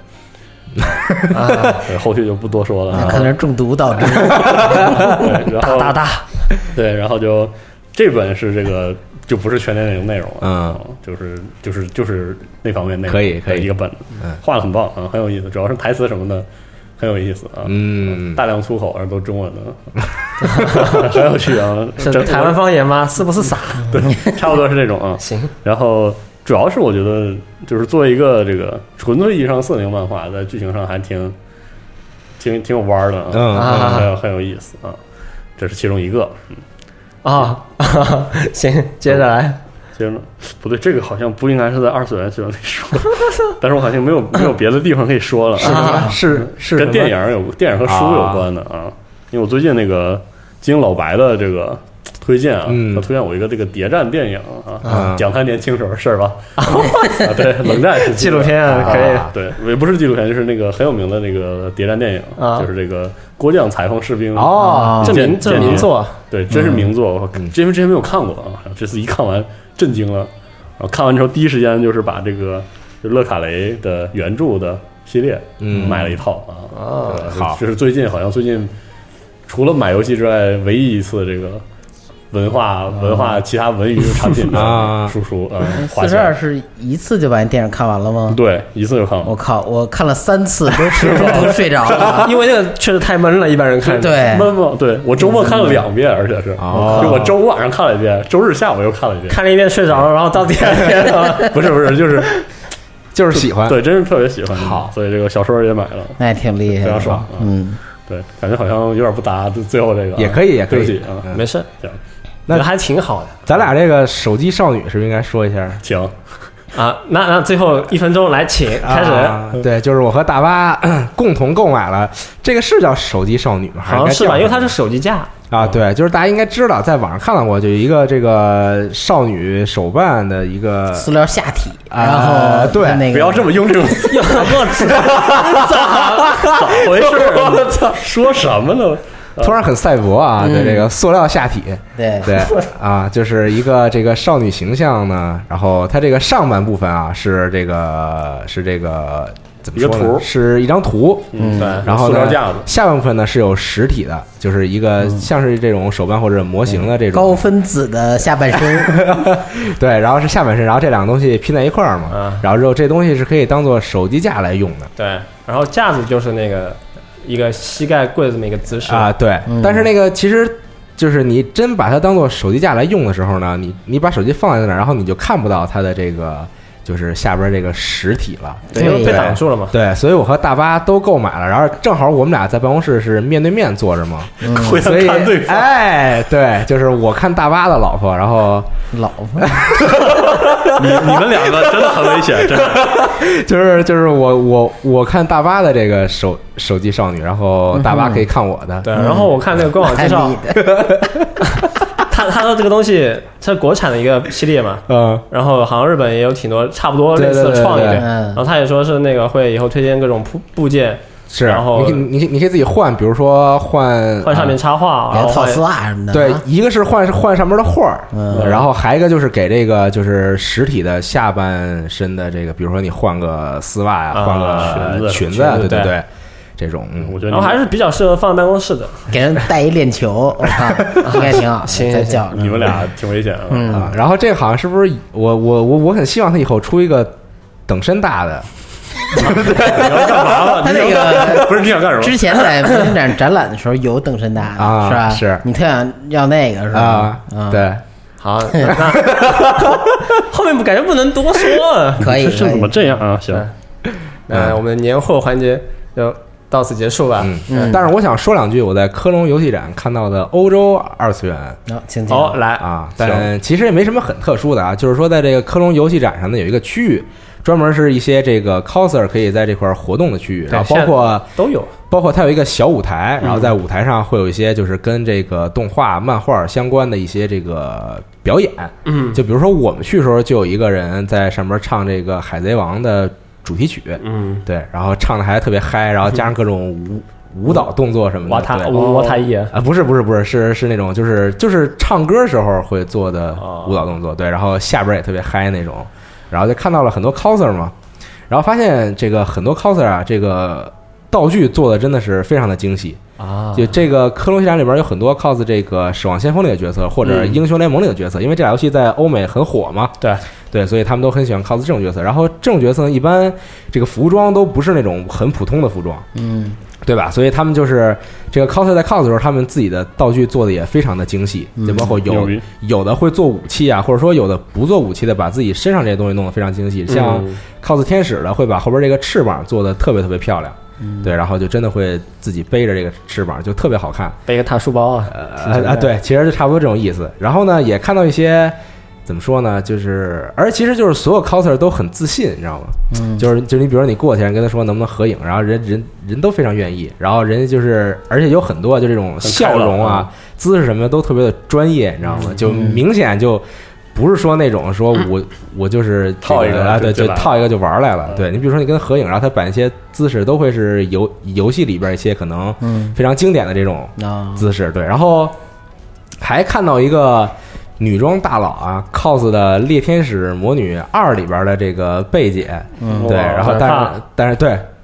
后续就不多说了。 可能是中毒导致。 对，然后大， 对，然后就这本是这个就不是全年龄内容了，就是那方面内容可以一个本子，画的很棒啊，很有意思，主要是台词什么的。很有意思啊，大量粗口，而都中文的，很有趣啊。 是台湾方言吗？是不是傻？ 对，差不多是这种啊。 行。 然后主要是我觉得，就是作为一个这个纯粹意义上色情漫画，在剧情上还挺有弯的，很有意思啊。这是其中一个。 行，接着来。 不对，这个好像不应该是在二次元学里说，但是我好像没有别的地方可以说了， 是跟电影和书有关的啊，因为我最近那个金老白的这个推荐啊，他推荐我一个这个谍战电影啊，讲他年轻时候的事儿吧，对，冷战时期纪录片可以， 对，也不是纪录片，就是那个很有名的那个谍战电影，就是这个郭将裁缝士兵这是名作， 对，真是名作，因为之前没有看过啊，这次一看完。震惊了，然后看完之后第一时间就是把这个就勒卡雷的原著的系列，买了一套好， 就是最近除了买游戏之外，唯一一次这个文化其他文娱产品的输出 42是一次就把电影看完了吗？ 对，一次就看完。 我靠，我看了3次，都10分钟睡着了， 因为那个确实太闷了，一般人看。 对， 闷吗？对，我周末看了2遍，而且是，就我周五晚上看了一遍，周日下午又看了一遍， 看了一遍睡着了，然后到第2天不是， 就是喜欢， 对，真是特别喜欢。 好， 所以这个小说也买了， 那也挺厉害， 非常爽。对，感觉好像有点不搭，最后这个也可以对不起啊， 没事， 那还挺好的。 咱俩这个手机少女是不是应该说一下？ 行啊，那最后1分钟来，请开始。 对，就是我和大巴共同购买了这个是叫手机少女吗？ 好像是吧，因为它是手机架。 啊，对，就是大家应该知道，在网上看到过，就一个这个少女手办的一个塑料下体，然后对， 那个不要这么用这种， 我操， 咋回事？我操，说什么呢？ 突然很赛博啊的这个塑料下体， 对啊，就是一个这个少女形象呢，然后它这个上半部分啊是这个怎么说呢？是一张图， 对， 然后呢， 下半部分呢是有实体的，就是一个像是这种手办或者模型的这种高分子的下半身， 对，然后是下半身，然后这两个东西拼在一块儿嘛，然后之后这东西是可以当做手机架来用的， 对，然后架子就是那个一个膝盖跪的这么一个姿势啊，对，但是那个其实。就是你真把它当做手机架来用的时候呢，你把手机放在那儿，然后你就看不到它的这个就是下边这个实体了， 对，因为被挡住了嘛。 对，所以我和大巴都购买了，然后正好我们俩在办公室是面对面坐着嘛， 所以看对方， 哎，对，就是我看大巴的老婆，然后老婆， 你们两个真的很危险，真的， 就是我看大巴的这个手机少女，然后大巴可以看我的， 对，然后我看那个官网介绍。他的这个东西是国产的一个系列嘛，然后好像日本也有挺多差不多类似的创意，然后他也说是那个会以后推荐各种部件， 是， 然后你可以自己换，比如说换上面插画，然后套丝袜什么的， 对，一个是换上面的画，然后还一个就是给这个就是实体的下半身的这个，比如说你换个丝袜呀，换个裙子，对对。这种， 我觉得， 然后还是比较适合放办公室的， 给人带一链球，我看应该挺好。 行， 你们俩挺危险啊。然后这个好像是不是我很希望他以后出一个等身大的。 对，你要干嘛了？ 他那个不是你想干什么？ 之前在明星展展览的时候有等身大的， 啊， 是吧？ 是你特想要那个是吧？ 对。 好，那后面感觉不能多说， 可以。 这怎么这样啊？行， 那我们年货环节就到此结束吧。 但是我想说两句我在科隆游戏展看到的欧洲二次元。 好，来啊！但其实也没什么很特殊的啊，就是说在这个科隆游戏展上呢，有一个区域，专门是一些这个 coser 可以在这块活动的区域，然后包括都有， 包括它有一个小舞台，然后在舞台上会有一些就是跟这个动画、漫画相关的一些这个表演。就比如说我们去的时候，就有一个人在上面唱这个《海贼王》的主题曲，对，然后唱的还特别嗨，然后加上各种舞蹈动作什么的， 瓦塔伊啊， 不是是那种就是唱歌时候会做的舞蹈动作，对，然后下边也特别嗨那种，然后就看到了很多 coser 嘛，然后发现这个很多 coser 啊，这个道具做的真的是非常的精细啊！就这个科隆戏展里边有很多 cos 这个《守望先锋》那个角色，或者英雄联盟那个角色，因为这俩游戏在欧美很火嘛，对，所以他们都很喜欢 cos 这种角色。然后这种角色呢，一般这个服装都不是那种很普通的服装，对吧？所以他们就是这个 coser 在 cos 的时候，他们自己的道具做的也非常的精细，就包括有的会做武器啊，或者说有的不做武器的，把自己身上这些东西弄得非常精细。像 cos 天使的会把后边这个翅膀做的特别特别漂亮。对，然后就真的会自己背着这个翅膀，就特别好看， 背个大书包啊， 对，其实就差不多这种意思。然后呢，也看到一些怎么说呢，其实就是所有 coser 都很自信，你知道吗？就是你比如说你过去跟他说能不能合影，然后人都非常愿意，然后人就是而且有很多就这种笑容啊、姿势什么的都特别的专业，你知道吗？就明显就。不是说那种说我就是套一个啊，对，就套一个就玩来了。对你比如说你跟合影，然后他摆一些姿势都会是游戏里边一些可能非常经典的这种姿势。对，然后还看到一个女装大佬啊 cos 的《猎天使魔女2》里边的这个贝姐，对，然后但是对。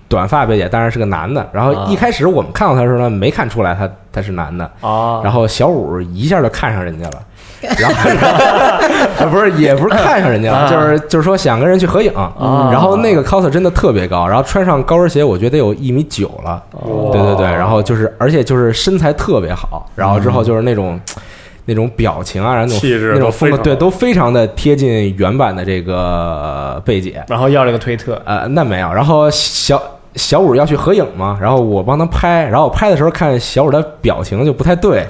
短发贝姐，当然是个男的。然后一开始我们看到他的时候呢，没看出来他是男的。然后小五一下就看上人家了。然后不是，也不是看上人家了，就是说想跟人去合影。然后那个 cos 真的特别高，然后穿上高跟鞋，我觉得有1.9米了。对对对，然后就是而且就是身材特别好，然后之后就是那种表情啊，然后那种风格，对，都非常的贴近原版的这个贝姐。 然后要了个推特， 那没有。然后小五要去合影嘛，然后我帮他拍，然后我拍的时候看小五的表情就不太对，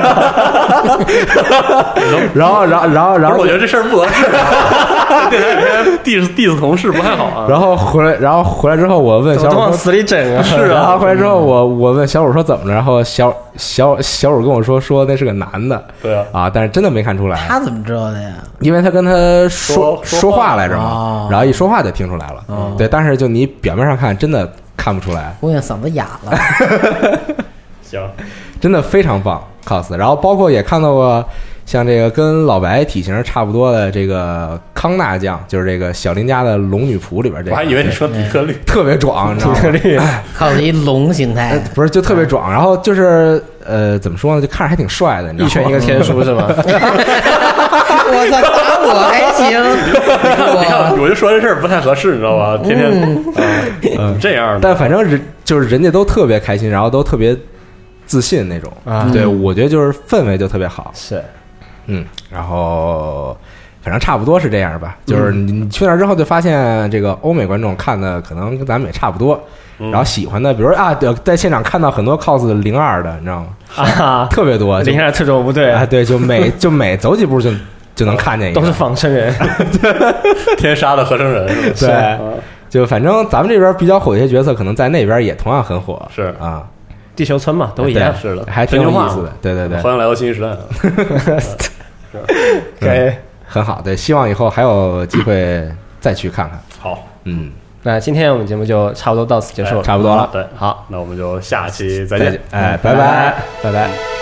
然后我觉得这事儿不合适，电台里面 diss 同事不太好啊。 然后回来之后，我问小五往死里整啊， 是啊。然后回来之后，我问小五说怎么着，然后小五跟我说那是个男的， 对啊， 但是真的没看出来。 他怎么知道的呀？ 因为他跟他说话来着嘛，然后一说话就听出来了。对，但是就你表面上看，真的看不出来。 姑娘嗓子哑了。 行， 真的非常棒 cos。然后包括也看到过像这个跟老白体型差不多的这个康纳酱，就是这个小林家的龙女仆里边这个。 我还以为你说底特律， 特别壮，你知道吗？底特律 cos 一龙形态， 不是就特别壮。然后就是怎么说呢？就看着还挺帅的，你知道吗？ 一拳一个天书是吗？ 我操，打我还行。 你看，我就说这事儿不太合适，你知道吧？天天这样的。 但反正就是人家都特别开心，然后都特别自信那种。对，我觉得就是氛围就特别好。 是。 然后反正差不多是这样吧。就是你去那之后就发现，这个欧美观众看的可能跟咱们也差不多。然后喜欢的，比如在现场看到很多 cos 02的，你知道吗？特别多。 02特种部队对，就每走几步就能看见一个， 都是仿生人， 天杀的合成人。 对，就反正咱们这边比较火的一些角色，可能在那边也同样很火。 是啊， 地球村嘛，都一样。 是的， 还挺有意思的。对对对， 欢迎来到新时代。 对， 很好。对，希望以后还有机会再去看看。 好， 那今天我们节目就差不多到此结束了， 差不多了。 对， 好， 那我们就下期再见。 拜拜，拜拜。